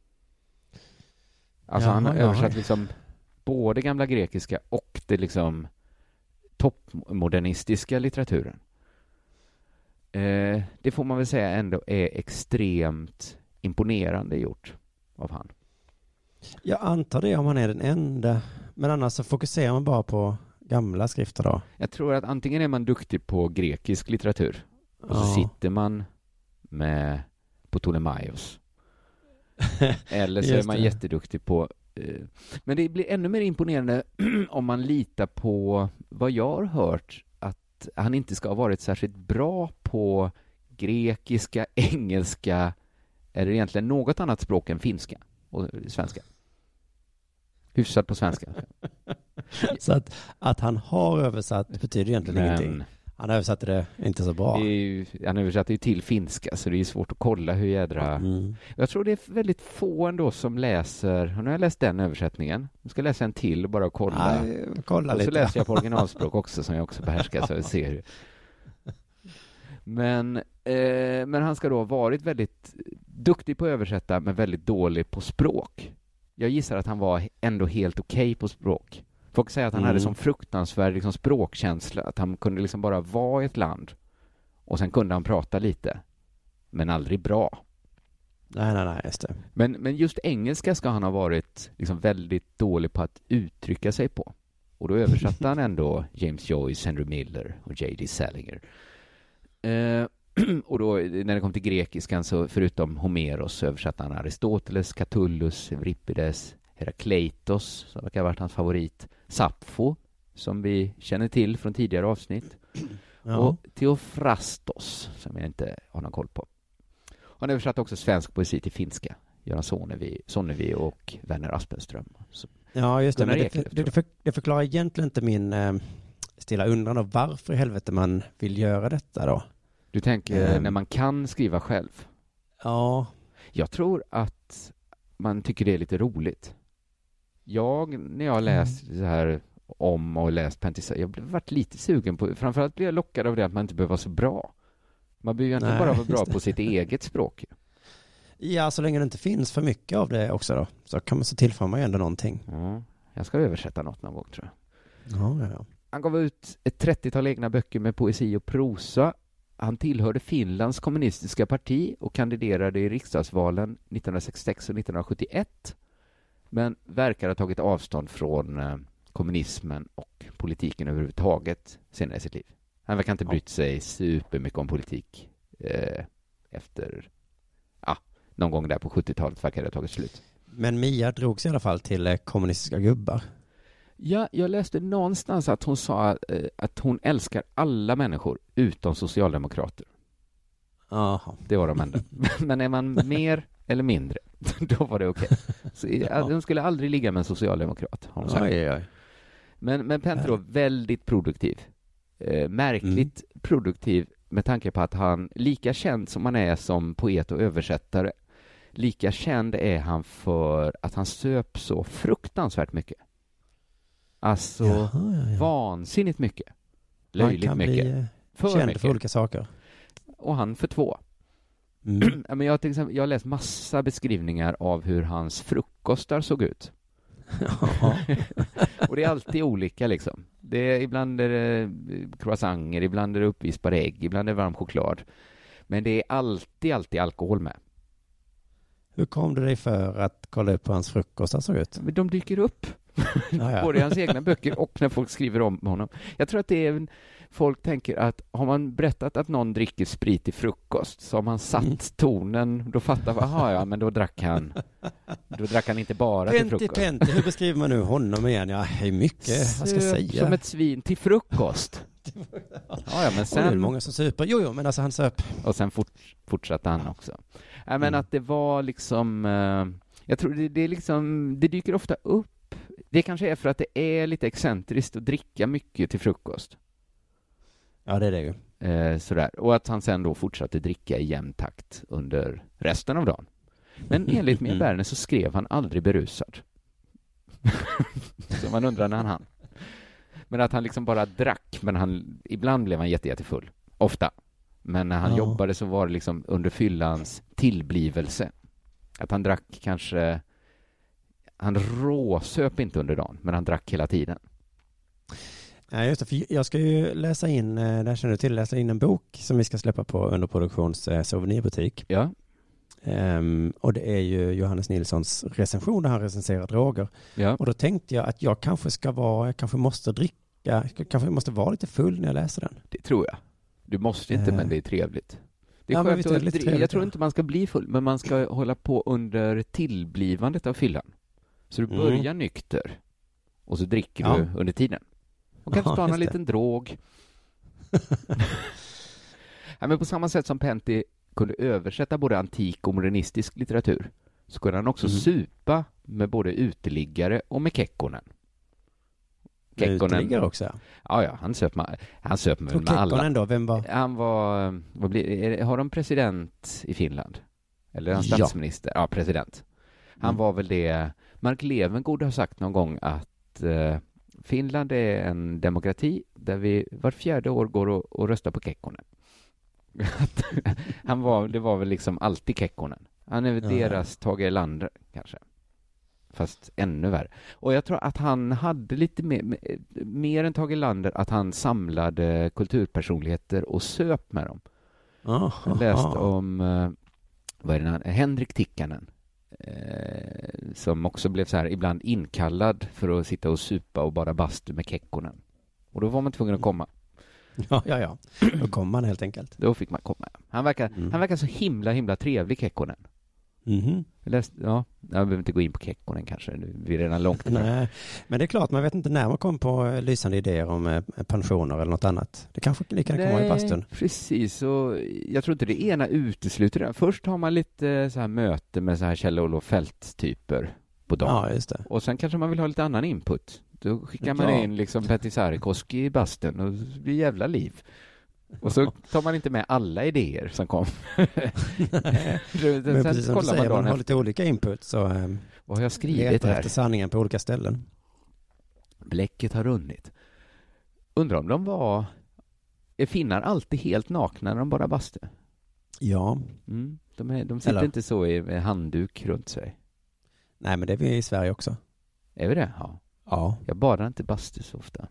Alltså ja, han har ja, översatt ja. liksom både gamla grekiska och det liksom toppmodernistiska litteraturen. Eh, det får man väl säga ändå är extremt imponerande gjort av han. Jag antar det om man är den enda. Men annars så fokuserar man bara på gamla skrifter då. Jag tror att antingen är man duktig på grekisk litteratur och så ja. sitter man med på Ptolemaios. Eller så är man det. jätteduktig på eh, men det blir ännu mer imponerande om man litar på vad jag har hört att han inte ska ha varit särskilt bra på grekiska, engelska eller egentligen något annat språk än finska och svenska. Hyfsat på svenska. Så att, att han har översatt betyder egentligen Men, ingenting. Han översatte det inte så bra. Det är ju, han översatte ju till finska så det är svårt att kolla hur jädra... Mm. Jag tror det är väldigt få ändå som läser... Nu har jag läst den översättningen. Jag ska läsa en till och bara kolla. Nej, kolla och lite. så läser jag på originalspråk också som jag också behärskar så jag ser hur. Men, eh, men han ska då ha varit väldigt duktig på att översätta men väldigt dålig på språk. Jag gissar att han var ändå helt okej okay på språk. Folk säger att han Mm. hade sån fruktansvärd liksom, språkkänsla, att han kunde liksom bara vara i ett land och sen kunde han prata lite, men aldrig bra. Nej, nej, nej, just det. Men, men just engelska ska han ha varit liksom väldigt dålig på att uttrycka sig på. Och då översatte han ändå James Joyce, Henry Miller och J D Salinger. Eh, och då när det kom till grekiskan så förutom Homeros så översatte han Aristoteles, Catullus, Euripides, Herakleitos som verkar ha varit hans favorit, Sappho som vi känner till från tidigare avsnitt Ja. och Theophrastos som jag inte har någon koll på. Han översatte också svensk poesi till finska, Göran Sonnevi, Sonnevi och Werner Aspenström. Så, Ja, just det. Gunnar Men det, Eklöf, det, det, för, det förklarar egentligen inte min eh, stilla undran av varför i helvete man vill göra detta då. du tänker Mm. när man kan skriva själv. Ja, Jag tror att man tycker det är lite roligt. Jag, när jag har läst så här om och läst Pentisar, jag har varit lite sugen på, framförallt blir jag lockad av det att man inte behöver vara så bra. Man behöver ju inte Nej, bara vara bra just det. på sitt eget språk. ja, så länge det inte finns för mycket av det också då, så kan man så tillför man ju ändå någonting. Ja, jag ska översätta något någon gång tror jag. Ja, ja, ja. Han gav ut ett trettiotal egna böcker med poesi och prosa. Han tillhörde Finlands kommunistiska parti och kandiderade i riksdagsvalen nittonhundrasextiosex och nittonhundrasjuttioett. Men verkar ha tagit avstånd från eh, kommunismen och politiken överhuvudtaget senare i sitt liv. Han verkar inte brytt sig supermycket om politik eh, efter, ja, någon gång där på sjuttiotalet verkar det ha tagit slut. Men Mia drogs i alla fall till eh, kommunistiska gubbar. Ja, jag läste någonstans att hon sa eh, att hon älskar alla människor utom socialdemokrater. Jaha. Det var de enda. Men är man mer eller mindre, då var det okej. Så ja. De skulle aldrig ligga med en socialdemokrat, har de sagt. Oj, oj. Men, men Pente då, väldigt produktiv. Eh, märkligt mm. produktiv med tanke på att han, lika känd som han är som poet och översättare, lika känd är han för att han söp så fruktansvärt mycket. Alltså Jaha, ja, ja. vansinnigt mycket. Löjligt man kan mycket. bli eh, För känd mycket. för olika saker. Och han för två. Mm. Men jag, till exempel, jag har läst massa beskrivningar av hur hans frukostar såg ut. Och det är alltid olika liksom. Det är, ibland är det croissanter, ibland är det uppvispade ägg, ibland är det varm choklad. Men det är alltid, alltid alkohol med. Hur kom du dig för att kolla upp hur hans frukostar såg ut? Men de dyker upp. Ja, ja. Både i hans egna böcker och när folk skriver om honom. Jag tror att det är folk tänker att har man berättat att någon dricker sprit till frukost så har man satt Mm. tonen, då fattar man, aha, ja, men då drack han då drack han inte bara till Penti, frukost. Penti, hur beskriver man nu honom igen? Ja, det är mycket, vad ska jag Söp säga? som ett svin till frukost. Ja, ja, men Sen... Och det är sen många som super. Jo, jo, men alltså han söp. och sen fort, fortsatte han också. Jag men Mm. att det var liksom eh, jag tror det, det är liksom det dyker ofta upp. Det kanske är för att det är lite excentriskt att dricka mycket till frukost. Ja, det är det ju. Eh, sådär. Och att han sen då fortsatte dricka i jämn takt under resten av dagen. Men enligt min Berner så skrev han aldrig berusad. Så man undrar när han hann. Men att han liksom bara drack, men han, ibland blev han jätte, jättefull. Ofta. Men när han Ja. jobbade så var det liksom under fyllans tillblivelse. Att han drack kanske, han råsöp inte under dagen, men han drack hela tiden. Ja, just det, för jag ska ju läsa in, eh, där känner du till, läsa in en bok som vi ska släppa på Underproduktions eh, souvenirbutik. Ja. Um, och det är ju Johannes Nilssons recension där han recenserar droger. Ja. Och då tänkte jag att jag kanske ska vara, jag kanske måste dricka, jag kanske måste vara lite full när jag läser den. Det tror jag. Du måste inte, Eh. men det är trevligt. Det är Ja, men skönt visst är det att lite dri- trevligt, jag tror ja. inte man ska bli full, men man ska hålla på under tillblivandet av fyllan. Så du Mm. börjar nykter och så dricker Ja. du under tiden. Och kanske Ja, ta någon just det. liten drog. Ja, men på samma sätt som Pentti kunde översätta både antik och modernistisk litteratur så kunde han också Mm. supa med både uteliggare och med Kekkonen. Uteliggare också. Ja. Ja, ja, han söp med, han söp med, Och med alla. Kekkonen då, vem var? Han var, vad blir, är, har de president i Finland? Eller är han Ja. statsminister? Ja, president. Han Mm. var väl det, Mark Levengood har sagt någon gång att eh, Finland är en demokrati där vi var fjärde år går och, och röstar på Kekkonen. Att han var, det var väl liksom alltid Kekkonen. Han är väl Ja, deras Tage Erlander kanske. fast ännu värre. Och jag tror att han hade lite mer, mer än Tage Erlander, att han samlade kulturpersonligheter och söp med dem. Oh, Jag läste oh. om eh, vad är det, han? Henrik Tikkanen eh, som också blev så här ibland inkallad för att sitta och supa och bara bastu med Kekkonen. Och då var man tvungen att komma. Ja, ja, ja. Då kom man helt enkelt. Då fick man komma. Han verkar, Mm. han verkar så himla, himla trevlig, Kekkonen. Mhm. Jag läste, ja, jag behöver inte gå in på Kekkonen kanske. Nu, vi är redan långt ifrån. Nej, men det är klart, man vet inte när man kommer på eh, lysande idéer om eh, pensioner eller något annat. Det kanske lika kan komma i bastun. Precis. Och jag tror inte det ena utesluter det. Först har man lite så här möte med så här Kjell-Olof Feldt-typer på dagen. Ja, just det. Och sen kanske man vill ha lite annan input. Då skickar man Ja. in liksom Petti Sarikoski i bastun och det blir jävla liv. Och så tar man inte med alla idéer som kom. Men Sen precis som du säger, man har lite olika input, så eh, vad har jag skrivit letar här? efter sanningen på olika ställen. Bläcket har runnit. Undrar om de var... Är finnar alltid helt nakna när de bara bastu? Ja. Mm. De, är, de sitter Eller? inte så i med handduk runt sig. Nej, men det är vi i Sverige också. Är vi det? Ja. Ja. Jag badar inte bastu så ofta.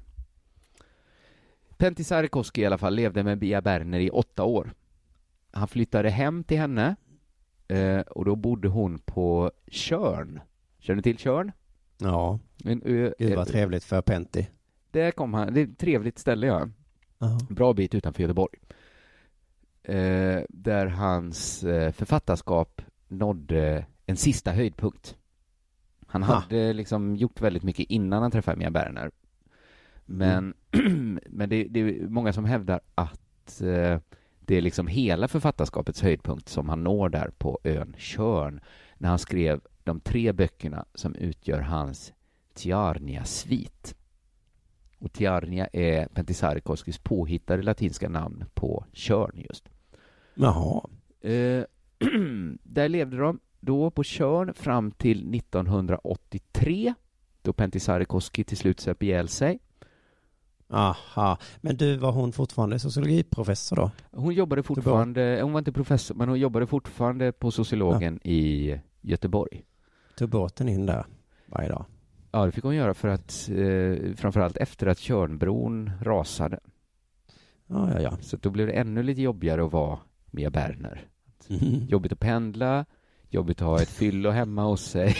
Pentti Sarikoski i alla fall levde med Bia Berner i åtta år. Han flyttade hem till henne eh, och då bodde hon på Tjörn. Känner du till Tjörn? Ja. En ö, Gud vad trevligt för Pentti. Där kom han. Det är ett trevligt ställe, ja. Ja. Bra bit utanför Göteborg. Eh, där hans eh, författarskap nådde en sista höjdpunkt. Han Ha. hade liksom gjort väldigt mycket innan han träffade Mia Berner. Men, mm. men det, det är många som hävdar att eh, det är liksom hela författarskapets höjdpunkt som han når där på ön Tjörn när han skrev de tre böckerna som utgör hans Tiarnia-svit. Och Tiarnia är Pentti Sarikoskis påhittade latinska namn på Tjörn just. Jaha. Eh, där levde de då på Tjörn fram till nittonhundraåttiotre då Pentti Sarikoski till slut söp ihjäl sig. Aha. Men du, var hon fortfarande sociologiprofessor då? Hon jobbade fortfarande, hon var inte professor, men hon jobbade fortfarande på sociologen ja. i Göteborg. Tog båten in där varje dag? Ja, det fick hon göra för att eh, framförallt efter att Tjörnbron rasade. Ja, ja, ja. Så då blev det ännu lite jobbigare att vara Mia Berner. Mm. Jobbigt att pendla, jobbigt att ha ett fyllo hemma hos sig.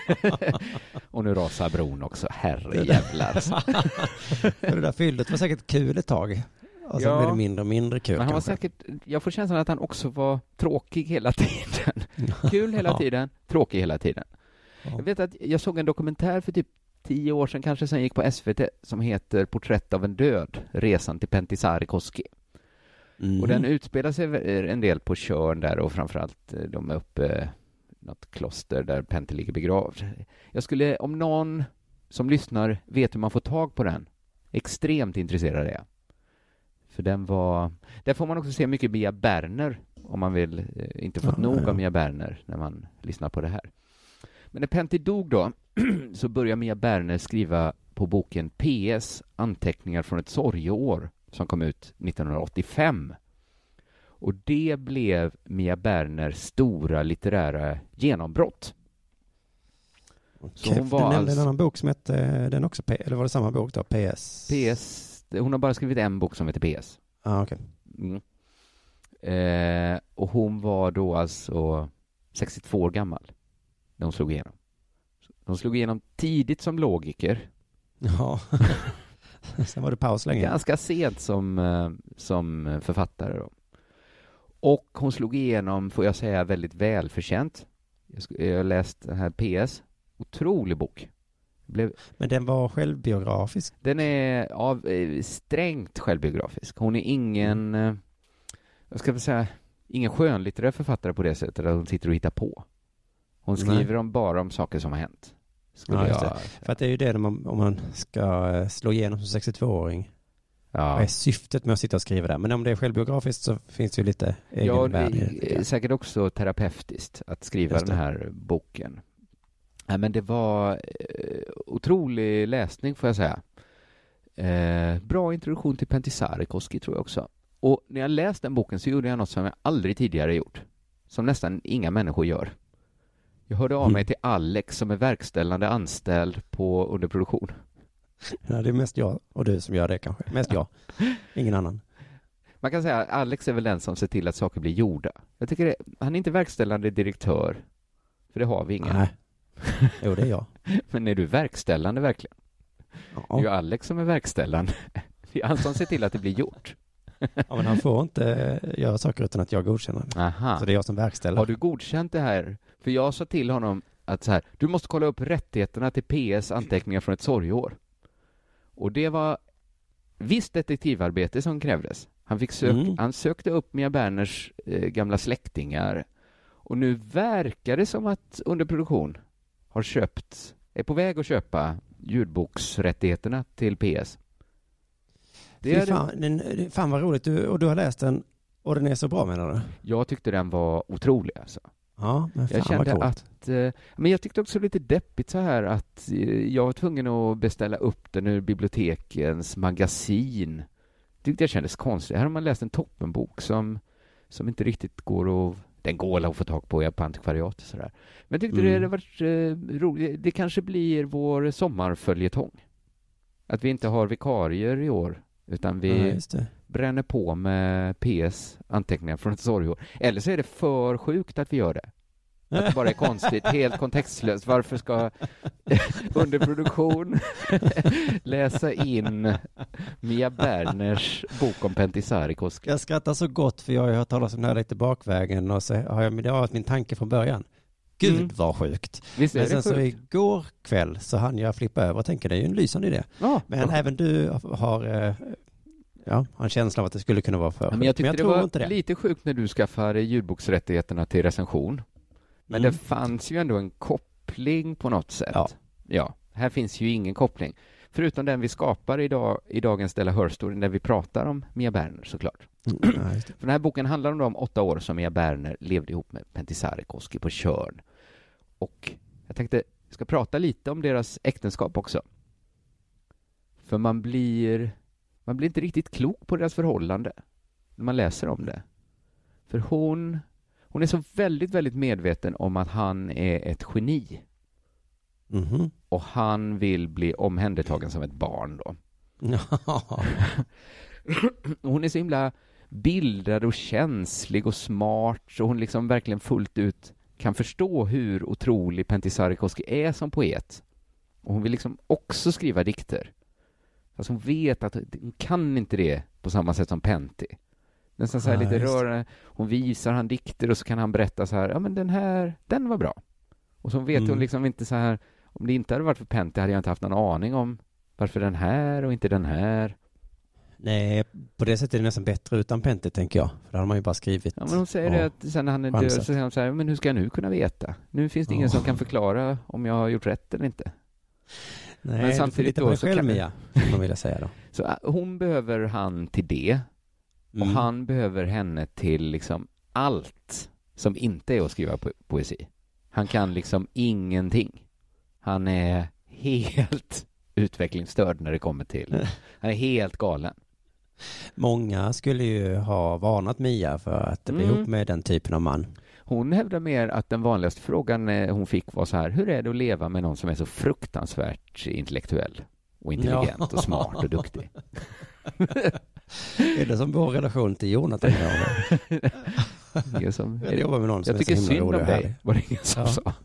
Och nu rasar bron också, herre jävlar. Det där fyllet var säkert kul ett tag. Och sen Ja. blev det mindre och mindre kul. Men han var kanske. säkert, jag får känslan att han också var tråkig hela tiden. Kul hela Ja. tiden, tråkig hela tiden. Ja. Jag vet att jag såg en dokumentär för typ tio år sedan kanske som gick på S V T som heter Porträtt av en död, resan till Pentti Sarikoski. Mm. Och den utspelar sig en del på Tjörn där och framförallt de är uppe något kloster där Pentti ligger begravd. Jag skulle, om någon som lyssnar vet hur man får tag på den, extremt intresserad är jag. För den var, där får man också se mycket Mia Berner om man vill eh, inte fått Ja, nog ja. av Mia Berner när man lyssnar på det här. Men när Pentti dog då så började Mia Berner skriva på boken P S anteckningar från ett sorgeår som kom ut nittonhundraåttiofem. Och det blev Mia Berners stora litterära genombrott. Så Okej, hon för var du nämnde alltså- en annan bok som hette, den också, P- eller var det samma bok då? P S? P S, hon har bara skrivit en bok som heter P S. Ja, ah, okej. Mm. Eh, och hon var då alltså sextiotvå år gammal när hon slog igenom. Hon slog igenom tidigt som logiker. Ja. Sen var det paus länge. Ganska sent som, eh, som författare då. Och hon slog igenom, får jag säga, väldigt välförtjänt. Jag, sk- jag har läst den här P S. Otrolig bok. Blev, Men den var självbiografisk. den är av, eh, strängt självbiografisk. Hon är ingen, eh, jag ska väl säga, ingen skönlitterär författare på det sättet att hon sitter och hittar på. Hon skriver om bara om saker som har hänt. Skulle Ja, just jag, För att det är ju det när man, om man ska eh, slå igenom som sextiotvååring. ja. Vad är syftet med att sitta och skriva där? Men om det är självbiografiskt så finns det ju lite egen Ja, det värde i det, tycker är jag. säkert också terapeutiskt att skriva Just det. den här boken. Nej, men det var eh, otrolig läsning får jag säga. Eh, bra introduktion till Pentti Sarikoski tror jag också. Och när jag läste den boken så gjorde jag något som jag aldrig tidigare gjort. Som nästan inga människor gör. Jag hörde av mig till Alex som är verkställande anställd på underproduktion. Ja, det är mest jag och du som gör det kanske. Mest jag. Ingen annan. Man kan säga att Alex är väl den som ser till att saker blir gjorda. Jag tycker det, han är inte verkställande direktör. För det har vi ingen. Nej. Jo, det är jag. Men är du verkställande verkligen? Ja. Det är ju Alex som är verkställande. Det är han som ser till att det blir gjort. Ja, men han får inte göra saker utan att jag godkänner det. Aha. Så det är jag som verkställer. Har du godkänt det här? För jag sa till honom att så här, du måste kolla upp rättigheterna till P S anteckningar från ett sorgeår. Och det var visst detektivarbete som krävdes. Han, fick sök, Mm. han sökte upp Mia Berners eh, gamla släktingar. Och nu verkar det som att underproduktion har köpt, är på väg att köpa ljudboksrättigheterna till P S. Det Fy är fan, den, fan vad roligt. Du, och du har läst den och den är så bra, menar du? Jag tyckte den var otrolig alltså. Ja, men fan Jag kände vad coolt. att, eh, men jag tyckte också lite deppigt så här att eh, jag var tvungen att beställa upp den ur bibliotekens magasin. Tyckte jag kändes konstigt. Här har man läst en toppenbok som, som inte riktigt går att, den går att få tag på på antikvariat och sådär. Men jag tyckte Mm. det hade varit eh, roligt. Det kanske blir vår sommarföljetong. Att vi inte har vikarier i år, utan vi Ja, just det. bränner på med P S anteckningar från ett sorgeår. Eller så är det för sjukt att vi gör det. Att det bara är konstigt, helt kontextlöst. Varför ska underproduktion läsa in Mia Berners bok om Pentisarikoski? Jag skrattar så gott för jag har hört talas om det här lite bakvägen och så har jag, det har varit min tanke från början. Gud Mm. vad sjukt. Visst är Men sen det så sjukt? igår kväll så hann jag flippa över och tänka det är ju en lysande idé. Ja, Men ja. även du har, eh, ja, har en känsla av att det skulle kunna vara för Ja, sjukt. men jag tyckte jag det tror var inte det. lite sjukt när du skaffade ljudboksrättigheterna till recension. Men Mm. det fanns ju ändå en koppling på något sätt. Ja. Ja, här finns ju ingen koppling. Förutom den vi skapar idag, i dagens Della Hör-story, när vi pratar om Mia Berner såklart. Mm, ja, just det. För den här boken handlar om de åtta år som Mia Berner levde ihop med Pentisarikoski på Tjörn. Och jag tänkte, jag ska prata lite om deras äktenskap också. För man blir, man blir inte riktigt klok på deras förhållande när man läser om det. För hon, hon är så väldigt, väldigt medveten om att han är ett geni. Mhm. Och han vill bli omhändertagen som ett barn då. Ja. Hon är så himla bildad och känslig och smart, så hon liksom verkligen fullt ut kan förstå hur otrolig Pentisarikoski är som poet. Och hon vill liksom också skriva dikter. Fast hon vet att hon kan inte det på samma sätt som Pentti. Nästan så här Ja, lite just det. rörande. Hon visar han dikter och så kan han berätta så här, ja men den här, den var bra. Och så vet Mm. hon liksom inte så här, om det inte hade varit för Pentti hade jag inte haft någon aning om varför den här och inte den här. Nej, på det sättet är det nästan bättre utan Pentti, tänker jag. För då har man ju bara skrivit. Ja, men hon säger Ja. det att sen när han är död Chansat. så säger hon så här, men hur ska jag nu kunna veta? Nu finns det ingen Ja. som kan förklara om jag har gjort rätt eller inte. Nej, men men samtidigt samtidigt då på dig så själv, kan- Mia, som man vill säga då. Så äh, hon behöver han till det. Och Mm. han behöver henne till liksom allt som inte är att skriva po- poesi. Han kan liksom ingenting. Han är helt utvecklingsstörd när det kommer till. Han är helt galen. Många skulle ju ha varnat Mia för att bli Mm. ihop med den typen av man. Hon hävdar mer att den vanligaste frågan eh, hon fick var så här, hur är det att leva med någon som är så fruktansvärt intellektuell och intelligent Ja. och smart och duktig? Är det som vår relation till Jonathan? Ingen som, Jag jobbar med någon som jag är så tycker himla synd om rolig och dig, härlig. var det ingen som Ja. sa.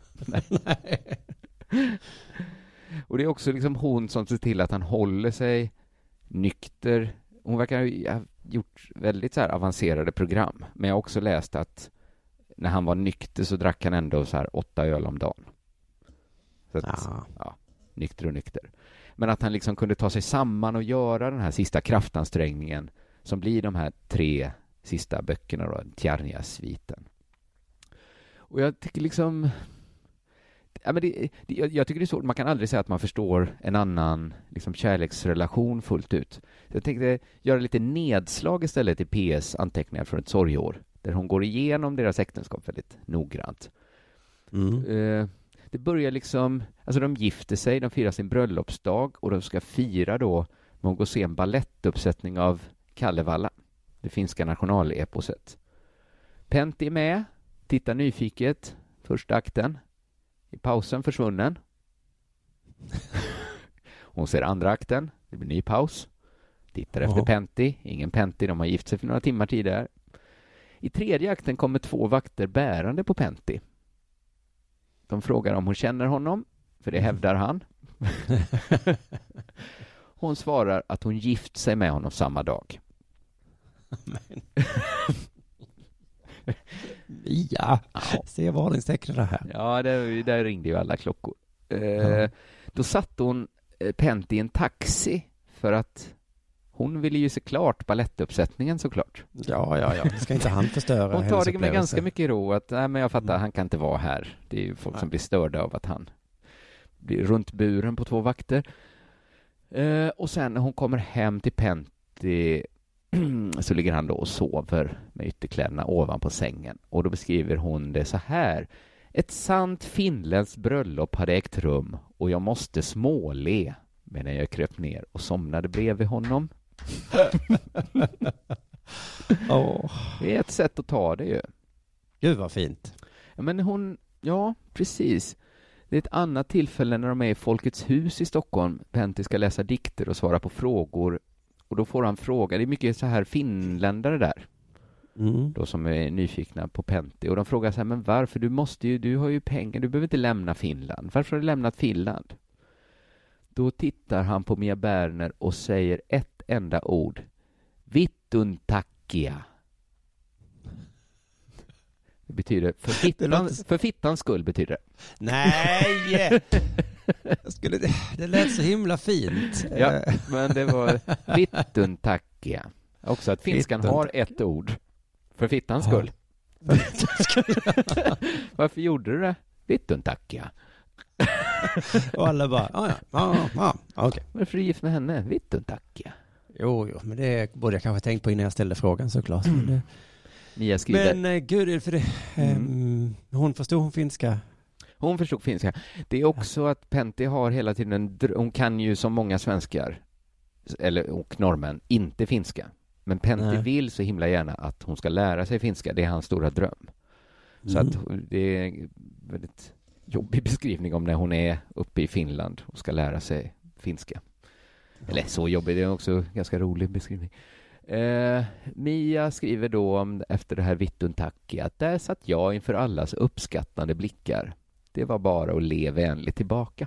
Och det är också liksom hon som ser till att han håller sig nykter. Hon verkar ha gjort väldigt så här avancerade program. Men jag har också läst att när han var nykter så drack han ändå så här åtta öl om dagen. Så att, Ja. ja, nykter och nykter. Men att han liksom kunde ta sig samman och göra den här sista kraftansträngningen som blir de här tre sista böckerna då, Tjärnia-sviten. Och jag tycker liksom... Ja, men det, det, jag, jag tycker det är så, man kan aldrig säga att man förstår en annan liksom, kärleksrelation fullt ut. Så jag tänkte göra lite nedslag istället i P S anteckningar från ett sorgeår, där hon går igenom deras äktenskap väldigt noggrant. Mm. Eh, det börjar liksom, alltså de gifter sig, de firar sin bröllopsdag och de ska fira då med att gå och se en ballettuppsättning av Kalevala, det finska nationaleposet. Pentti är med, tittar nyfiket, första akten. I pausen försvunnen. Hon ser andra akten. Det blir ny paus. Tittar efter Ja. Pentti. Ingen Pentti. De har gift sig för några timmar tidigare. I tredje akten kommer två vakter bärande på Pentti. De frågar om hon känner honom. För det hävdar han. Hon svarar att hon gift sig med honom samma dag. Ja, se varningstecken det här. Ja, där, där ringde ju alla klockor. Eh, Ja. Då satt hon eh, Pentti i en taxi för att hon ville ju se klart ballettuppsättningen såklart. Ja, ja, ja. Det ska inte han förstöra Hon hennes tar det med upplevelse. ganska mycket ro att nej, men jag fattar, Mm. han kan inte vara här. Det är ju folk som Nej. blir störda av att han blir runt buren på två vakter. Eh, och sen när hon kommer hem till Pentti så ligger han då och sover med ytterkläderna ovanpå sängen. Och då beskriver hon det så här. Ett sant finländskt bröllop hade ägt rum och jag måste småle medan jag kröp ner och somnade bredvid honom. Åh, Det är ett sätt att ta det ju. gud vad fint. Ja, men hon, ja, precis. Det är ett annat tillfälle när de är i Folkets hus i Stockholm. Pentti ska läsa dikter och svara på frågor. Och då får han fråga, det är mycket så här finländare där. Mm. Då som är nyfikna på Pentti. Och de frågar så här, men varför? Du måste ju, du har ju pengar, du behöver inte lämna Finland. Varför har du lämnat Finland? Då tittar han på Mia Berner och säger ett enda ord. Vittuntakkia. Det betyder, för, fittan, låter- för fittans skull betyder det. Nej! Jag skulle, det, det lät så himla fint. Ja, Eh, men det var vittuntakkia. Också att finskan Vittun- har ett ord. För fittans Ja. skull. Varför gjorde du det? Vittuntakkia. Och alla bara, ah, ja, ja, ja, ja, okej. Varför är du gift med henne? Vittuntakkia. Jo, jo, men det borde jag kanske tänkt på innan jag ställde frågan såklart. Men, det, Mia skriver. men eh, gud, för det, mm. hon förstod hon finska. Hon förstod finska. Det är också att Pentti har hela tiden en dr- hon kan ju som många svenskar eller och norrmän inte finska. Men Pentti Nej. vill så himla gärna att hon ska lära sig finska. Det är hans stora dröm. Så Mm. att det är en väldigt jobbig beskrivning om när hon är uppe i Finland och ska lära sig finska. Eller så jobbig, det är också ganska rolig beskrivning. Eh, Mia skriver då om, efter det här vittuntakki att där satt jag inför allas uppskattande blickar. Det var bara att le vänligt tillbaka.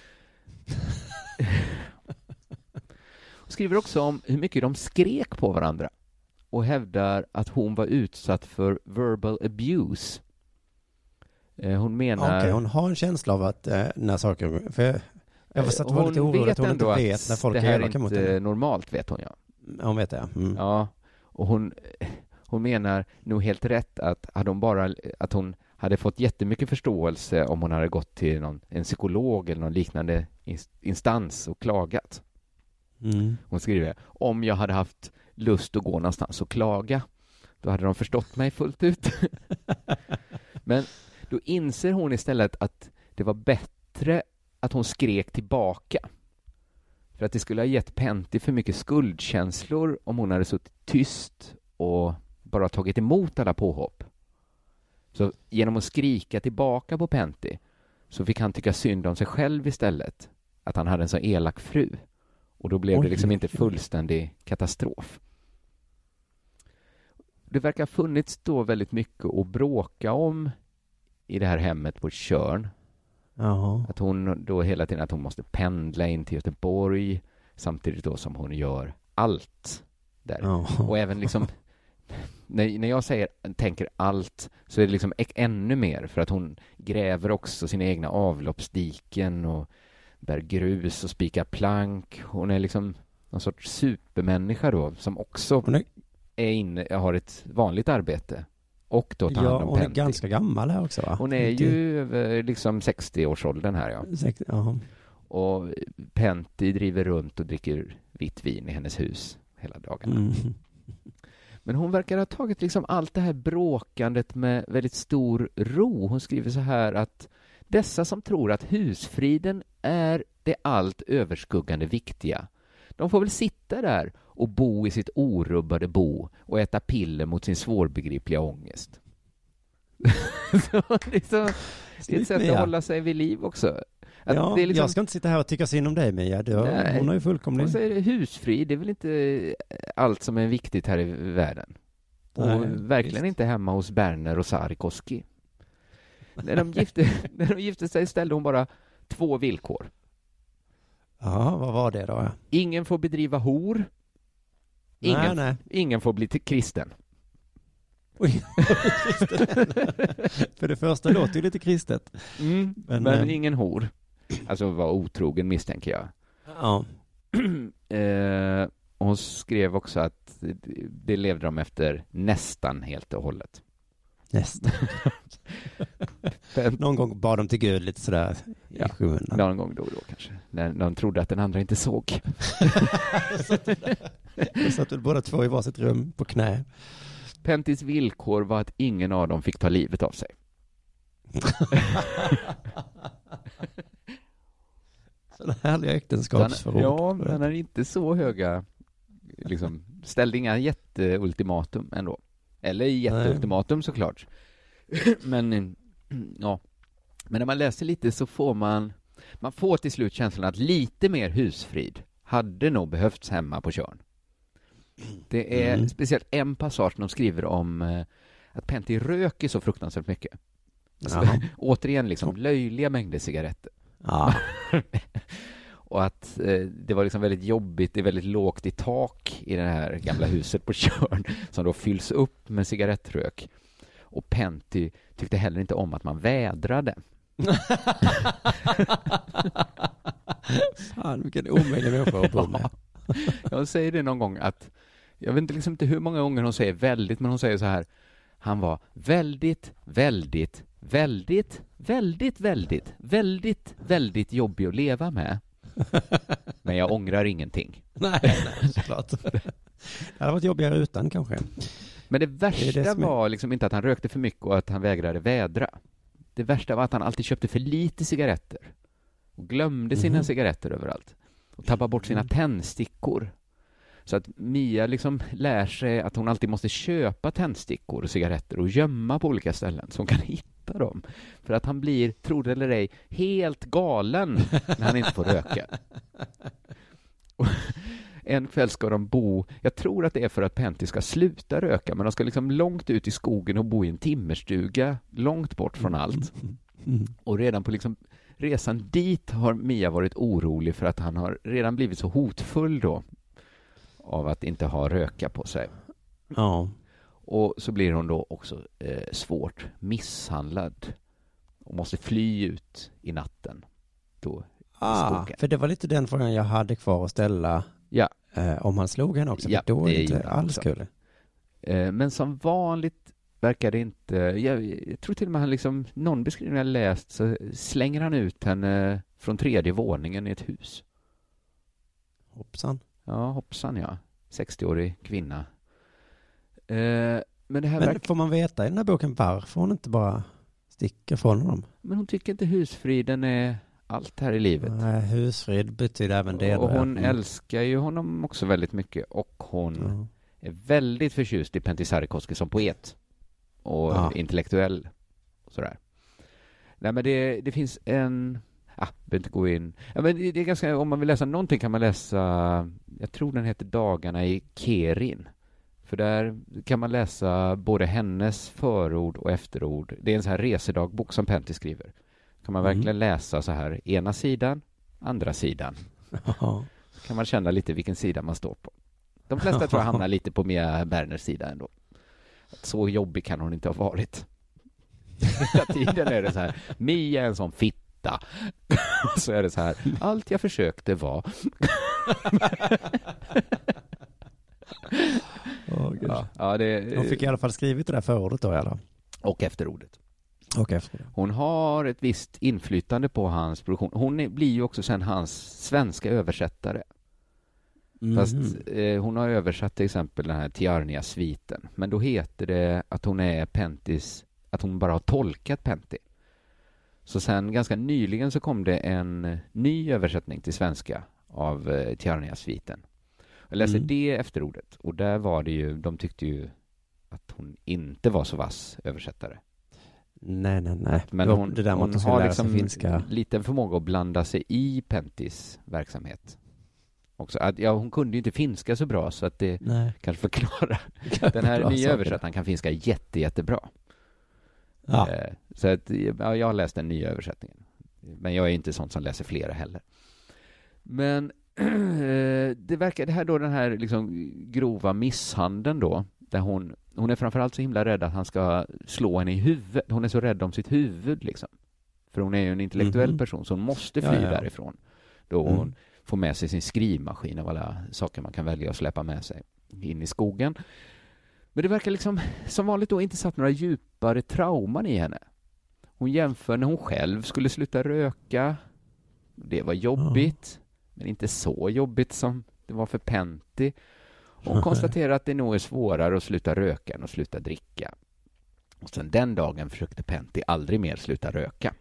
Hon skriver också om hur mycket de skrek på varandra och hävdar att hon var utsatt för verbal abuse. Eh, hon menar... Okej, hon har en känsla av att eh, när saker... För jag, jag var satt och var lite orolig att hon inte vet när folk det är här är elaka mot inte henne. normalt, vet hon ja. Hon vet det, mm. Ja, och hon, hon menar nog helt rätt att, hade hon bara, att hon hade fått jättemycket förståelse om hon hade gått till någon, en psykolog eller någon liknande instans och klagat. Mm. Hon skriver, om jag hade haft lust att gå någonstans och klaga, då hade de förstått mig fullt ut. Men då inser hon istället att det var bättre att hon skrek tillbaka. För att det skulle ha gett Pentti för mycket skuldkänslor om hon hade suttit tyst och bara tagit emot alla påhopp. Så genom att skrika tillbaka på Pentti så fick han tycka synd om sig själv istället. Att han hade en så elak fru. Och då blev Oj. det liksom inte fullständig katastrof. Det verkar ha funnits då väldigt mycket att bråka om i det här hemmet på Tjörn. Jaha. Att hon då hela tiden att hon måste pendla in till Göteborg samtidigt då som hon gör allt där. Ja. Och även liksom när, när jag säger tänker allt så är det liksom ek- ännu mer för att hon gräver också sina egna avloppsdiken och bär grus och spikar plank. Hon är liksom någon sorts supermänniska då som också Hon är, är inne, har ett vanligt arbete och då tar ja, hand om hon är Pentti. ganska gammal här också va? Hon är ju över liksom sextio-årsåldern här ja. Sex, ja. Och Pentti driver runt och dricker vitt vin i hennes hus hela dagarna. Mm. Men hon verkar ha tagit liksom allt det här bråkandet med väldigt stor ro. Hon skriver så här att dessa som tror att husfriden är det allt överskuggande viktiga, de får väl sitta där och bo i sitt orubbade bo och äta piller mot sin svårbegripliga ångest. Så liksom, Det är ett sätt Mia. att hålla sig vid liv också. Att Ja, det är liksom, jag ska inte sitta här och tycka synd om dig, Mia. Du, Nej. hon har ju fullkomlig... och så är det husfri, det är väl inte allt som är viktigt här i världen. Och Nej, verkligen visst. inte hemma hos Berner och Sarikoski. När de, gifte, när de gifte sig ställde hon bara två villkor. Ja, vad var det då? Ingen får bedriva hor. Ingen, Nej, nej. ingen får bli till kristen. Oj, för det första låter ju lite kristet. Mm, Men, men eh, ingen hor. Alltså var otrogen misstänker jag. Ja. eh, hon skrev också att det levde de efter nästan helt och hållet. Nästan. Någon gång bad de till Gud lite sådär Ja, i skymundan. någon gång då och då kanske. När de trodde att den andra inte såg. Så satt väl båda två i varsitt rum på knä. Pentys villkor var att ingen av dem fick ta livet av sig. Sådana härliga äktenskapsförord. Ja, men han är inte så höga, liksom, ställde inga jätteultimatum ändå. Eller jätteultimatum såklart. Men ja, men när man läser lite så får man man får till slut känslan att lite mer husfrid hade nog behövts hemma på Tjörn. Det är Mm. speciellt speciellt en passage de skriver om eh, att Penty röker så fruktansvärt mycket. Alltså, Ja. återigen liksom löjliga mängder cigaretter. Ja. Och att eh, det var liksom väldigt jobbigt, det är väldigt lågt i tak i det här gamla huset på Tjörn som då fylls upp med cigarettrök. Och Penty tyckte heller inte om att man vädrade. Fan, vilken omöjlig människa att bo med. Jag säger det någon gång att jag vet inte, liksom inte hur många gånger hon säger väldigt, men hon säger så här: han var väldigt, väldigt, väldigt, väldigt, väldigt, väldigt, väldigt jobbig att leva med. Men jag ångrar ingenting. Nej, nej, såklart. Det hade varit jobbigare utan kanske. Men det Det är värsta det som är- var liksom inte att han rökte för mycket och att han vägrade vädra. Det värsta var att han alltid köpte för lite cigaretter och glömde sina Mhm. cigaretter överallt och tappade bort sina Mm. tändstickor. Så att Mia liksom lär sig att hon alltid måste köpa tändstickor och cigaretter och gömma på olika ställen så hon kan hitta dem. För att han blir, tro det eller ej, helt galen när han inte får röka. Och en kväll ska de bo, jag tror att det är för att Penty ska sluta röka, men de ska liksom långt ut i skogen och bo i en timmerstuga, långt bort från allt. Mm. Och redan på liksom resan dit har Mia varit orolig för att han har redan blivit så hotfull då av att inte ha röka på sig. Ja. Och så blir hon då också eh, svårt misshandlad och måste fly ut i natten då i Ah, skogen. för det var lite den frågan jag hade kvar att ställa. Ja. Eh, om han slog henne också. Ja, för då är det det inte gjorde han alls också. kul. Eh, men som vanligt verkar det inte, jag, jag tror till och med han liksom, någon beskrivning jag läst så slänger han ut henne från tredje våningen i ett hus. Hoppsan. Ja, hoppsan ja. sextioårig kvinna. Eh, men det här Men verkar... får man veta i den här boken varför hon inte bara sticker från honom? Men hon tycker inte husfriden är allt här i livet. Nej, husfrid betyder även det. Och då, ja. hon Mm. älskar ju honom också väldigt mycket. Och hon Ja. är väldigt förtjust i Penty Sarikoski som poet. Och Ja. intellektuell. Och sådär. Nej, men det, det finns en... Ah, behöver inte gå in. Ja, men det, det är ganska, om man vill läsa någonting kan man läsa... Jag tror den heter Dagarna i Kerin. För där kan man läsa både hennes förord och efterord. Det är en sån här resedagbok som Penty skriver. Kan man Mm. verkligen läsa så här, ena sidan, andra sidan. Ja. Så kan man känna lite vilken sida man står på. De flesta tror jag hamnar lite på Mia Berners sida ändå. Att så jobbig kan hon inte ha varit. Hela tiden är det så här, Mia är en sån fitta. Och så är det så här, allt jag försökte var... Åh, gud. Ja, ja, det, Hon fick i alla fall skrivit det där förordet då, eller? och efterordet. Och efter det. Hon har ett visst inflytande på hans produktion. Hon är, blir ju också sen hans svenska översättare. Fast Mhm. eh, hon har översatt till exempel den här Tiarnia-sviten. Men då heter det att hon är Pentys, att hon bara har tolkat Penty. Så sen ganska nyligen så kom det en ny översättning till svenska av eh, Tiarnia-sviten. Jag läste Mm. det efterordet. Och där var det ju, de tyckte ju att hon inte var så vass översättare. Nej, nej, nej. Men det, hon, det där hon måste har lära liksom sig finska. liten förmåga att blanda sig i Pentys verksamhet. Också, att, ja, hon kunde ju inte finska så bra så att det Nej. kanske förklarar. Den här nya översättaren kan finska jätte, jättebra. Ja. Eh, så att, ja, jag har läst den nya översättningen. Men jag är inte sån som läser flera heller. Men eh, det verkar, det här då, den här liksom grova misshandeln då, där hon, hon är framförallt så himla rädd att han ska slå henne i huvudet. Hon är så rädd om sitt huvud liksom. För hon är ju en intellektuell mm-hmm. person så hon måste fly ja, ja. därifrån. Då mm. hon får med sig sin skrivmaskin och alla saker man kan välja att släppa med sig in i skogen. Men det verkar liksom som vanligt då inte satt några djupare trauman i henne. Hon jämför när hon själv skulle sluta röka. Det var jobbigt, mm. men inte så jobbigt som det var för Penty. Hon konstaterar att det nog är svårare att sluta röka än att sluta dricka. Och sen den dagen försökte Penty aldrig mer sluta röka.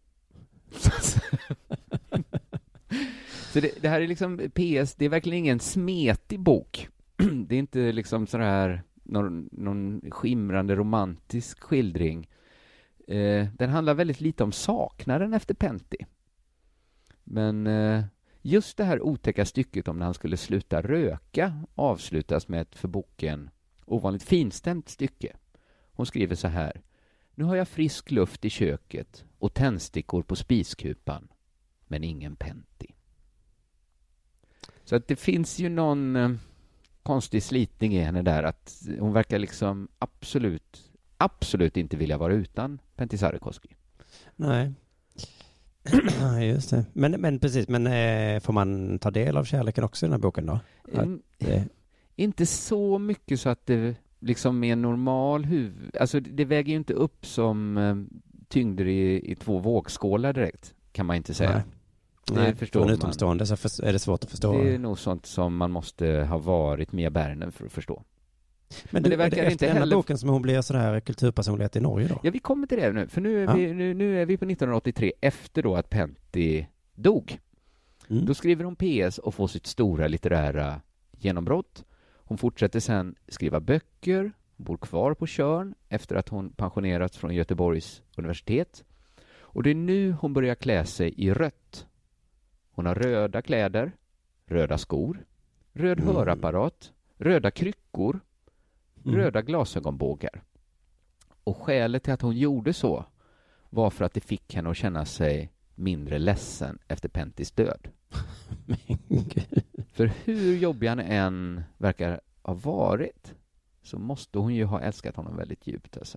Så det, det här är liksom P S, det är verkligen ingen smetig bok. Det är inte liksom så här någon, någon skimrande romantisk skildring. Eh, den handlar väldigt lite om saknaden efter Penty. Men eh, just det här otäcka stycket om när han skulle sluta röka avslutas med ett för boken ovanligt finstämt stycke. Hon skriver så här: nu har jag frisk luft i köket och tändstickor på spiskupan, men ingen Penty. Så att det finns ju någon eh, konstig slitning i henne där, att hon verkar liksom absolut, absolut inte vilja vara utan Penty Sarrikoski. Nej. Just det. Men, men precis, men eh, får man ta del av kärleken också i den här boken då? Mm, det... Inte så mycket så att det liksom är normal huvud... Alltså det väger ju inte upp som eh, tyngder i, i två vågskålar direkt, kan man inte säga. Nej. Det Nej, förstår för en utomstående så för, är det svårt att förstå. Det är nog sånt som man måste ha varit med Bernen för att förstå. Men, Men du, det verkar är det inte efter heller... boken som hon blir sån här kulturpersonlighet i Norge då? Ja, vi kommer till det nu. För nu är, ja. vi, nu, nu är vi på nittonhundraåttiotre efter då att Penty dog. Mm. Då skriver hon P S och får sitt stora litterära genombrott. Hon fortsätter sen skriva böcker, bor kvar på Tjörn efter att hon pensionerats från Göteborgs universitet. Och det är nu hon börjar klä sig i rött. Hon har röda kläder, röda skor, röd mm. hörapparat, röda kryckor, mm. röda glasögonbågar. Och skälet till att hon gjorde så var för att det fick henne att känna sig mindre ledsen efter Pentys död. Men Gud. För hur jobbig han än verkar ha varit så måste hon ju ha älskat honom väldigt djupt. Alltså.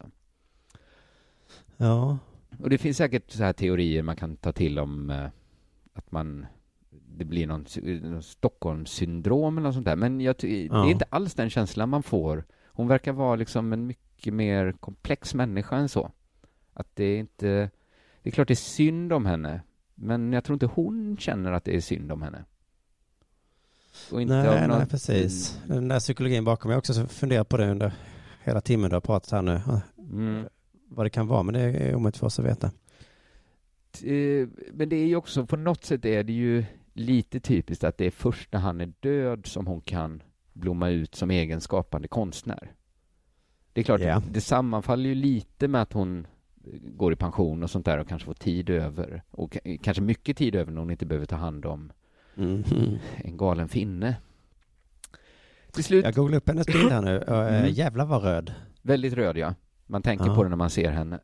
Ja. Och det finns säkert så här teorier man kan ta till om eh, att man det blir någon, någon Stockholmssyndrom eller något sånt där. Men jag, det är ja. inte alls den känslan man får. Hon verkar vara liksom en mycket mer komplex människa än så. Att det är inte... Det är klart det är synd om henne. Men jag tror inte hon känner att det är synd om henne. Och inte nej, om något... nej, precis. Den där psykologin bakom mig också så funderar på det under hela timmen du har pratat här nu. Mm. Vad det kan vara, men det är omöjligt för oss att veta. Men det är ju också, på något sätt är det ju lite typiskt att det är först när han är död som hon kan blomma ut som egenskapande konstnär. Det är klart, yeah. det sammanfaller ju lite med att hon går i pension och sånt där och kanske får tid över. Och k- kanske mycket tid över när hon inte behöver ta hand om mm-hmm. en galen finne. Till slut... Jag googlar upp hennes bild här nu. Mm. Jävlar vad röd. Väldigt röd, ja. Man tänker uh-huh. på det när man ser henne.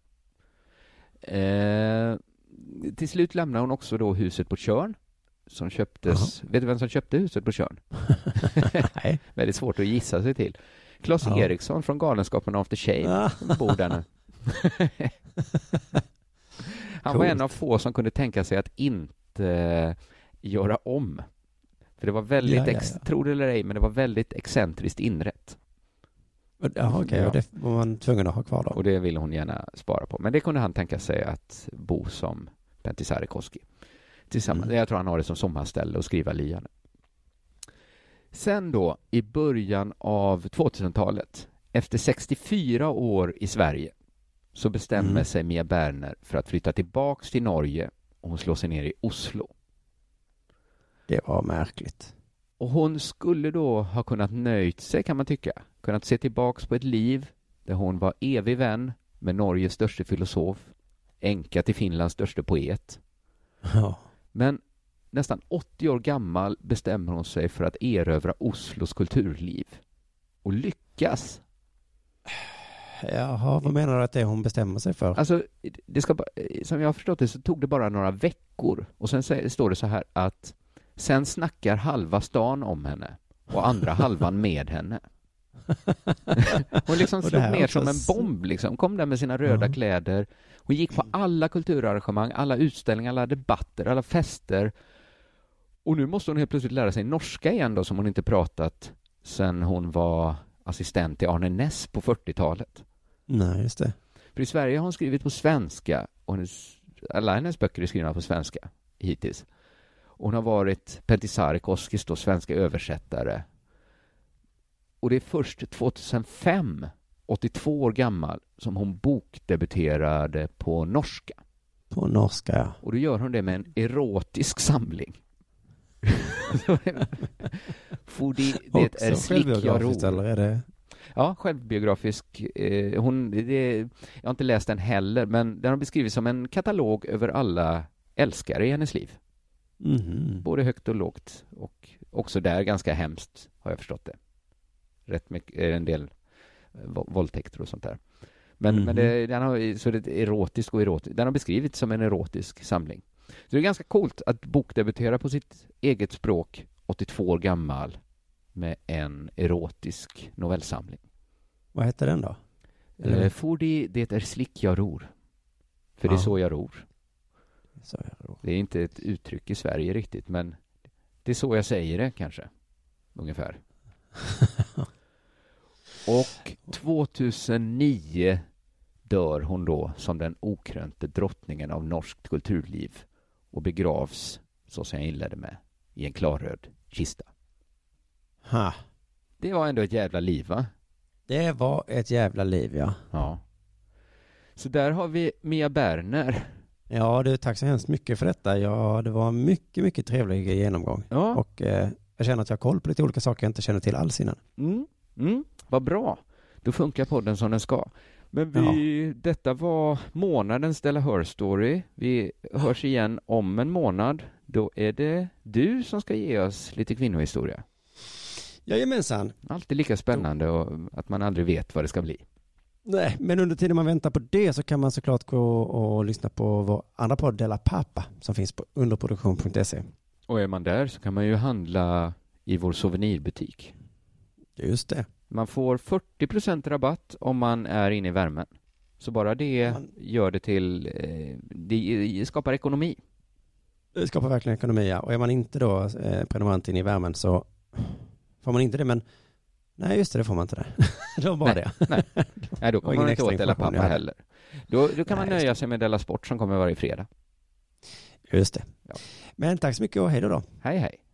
Eh, till slut lämnar hon också då huset på Tjörn som köptes. Uh-huh. Vet du vem som köpte huset på Tjörn? Nej. Väldigt svårt att gissa sig till. Claes uh-huh. Eriksson från Galenskapen After Shave uh-huh. bor där nu. Han var en av få som kunde tänka sig att inte eh, göra om. För det var väldigt, ja, ja, ja. Ex- tror det eller ej, men det var väldigt excentriskt inrätt. Ja, okej. Okay. Ja. Och det var man tvungen att ha kvar då. Och det ville hon gärna spara på. Men det kunde han tänka sig att bo som Penty Sarrikoski. Tillsammans. Mm. Jag tror han har det som sommarställe och skriva lian. Sen då, i början av tvåtusentalet, efter sextiofyra år i Sverige, så bestämmer mm. sig Mia Berner för att flytta tillbaks till Norge och hon slår sig ner i Oslo. Det var märkligt. Och hon skulle då ha kunnat nöjt sig, kan man tycka. Kunnat se tillbaks på ett liv där hon var evig vän med Norges största filosof, änka till Finlands största poet. Ja. Men nästan åttio år gammal bestämmer hon sig för att erövra Oslos kulturliv. Och lyckas. Jaha, vad menar du att det är hon bestämmer sig för? Alltså, det ska, som jag har förstått det så tog det bara några veckor. Och sen står det så här att sen snackar halva stan om henne och andra halvan med henne. Hon liksom slog ner som en bomb. Liksom. Kom där med sina röda ja. kläder. Hon gick på alla kulturarrangemang, alla utställningar, alla debatter, alla fester. Och nu måste hon helt plötsligt lära sig norska igen då, som hon inte pratat sen hon var assistent till Arne Näss på fyrtiotalet. Nej, just det. För i Sverige har hon skrivit på svenska och hennes, alla hennes böcker är skrivna på svenska hittills. Hon har varit Pentti Sarkoskis då, svenska översättare. Och det är först tjugohundrafem, åttiotvå år gammal, som hon bokdebuterade på norska. På norska, ja. Och då gör hon det med en erotisk samling. För det, det är självbiografiskt, eller är det? Ja, självbiografisk. Eh, hon, det, jag har inte läst den heller, men den har beskrivits som en katalog över alla älskare i hennes liv. Mm. Både högt och lågt. Och också där ganska hemskt, har jag förstått det. Rätt mycket, en del våldtäkter och sånt där. Men, mm. men det, den har, så det är erotisk och erotisk. Den har beskrivits som en erotisk samling. Så det är ganska coolt att bokdebutera på sitt eget språk, åttiotvå år gammal, med en erotisk novellsamling. Vad heter den då? Eh, Fordi det är slick jag ror. För ja. det är så jag ror. Så jag ror. Det är inte ett uttryck i Sverige riktigt, men det är så jag säger det kanske. Ungefär. Och tjugohundranio dör hon då som den okrönte drottningen av norskt kulturliv och begravs, så som jag inledde med, i en klarröd kista. Ha. Det var ändå ett jävla liv, va? Det var ett jävla liv, ja. Ja. Så där har vi Mia Berner. Ja, du, tack så hemskt mycket för detta. Ja, det var en mycket, mycket trevlig genomgång. Ja. Och eh, jag känner att jag har koll på lite olika saker jag inte känner till alls innan. Mm, mm. Vad bra. Då funkar podden som den ska. Men vi, ja. Detta var månadens Della Her Story. Vi hörs igen om en månad. Då är det du som ska ge oss lite kvinnohistoria. Jajamensan. Alltid lika spännande och att man aldrig vet vad det ska bli. Nej, men under tiden man väntar på det så kan man såklart gå och lyssna på vår andra podd Della Pappa som finns på underproduktion punkt se. Och är man där så kan man ju handla i vår souvenirbutik. Just det. Man får fyrtio procent rabatt om man är inne i värmen. Så bara det man... gör det till, eh, det skapar ekonomi. Det skapar verkligen ekonomi, ja. Och är man inte då eh, prenumerant inne i värmen så får man inte det, men nej, just det, det får man inte det. Då var nej, det. Nej. nej, då kommer man inte åt Della Pappa ja. heller. Då, då kan nej, man nöja sig med Della Sport som kommer varje fredag. Just det. Ja. Men tack så mycket och hej då då. Hej, hej.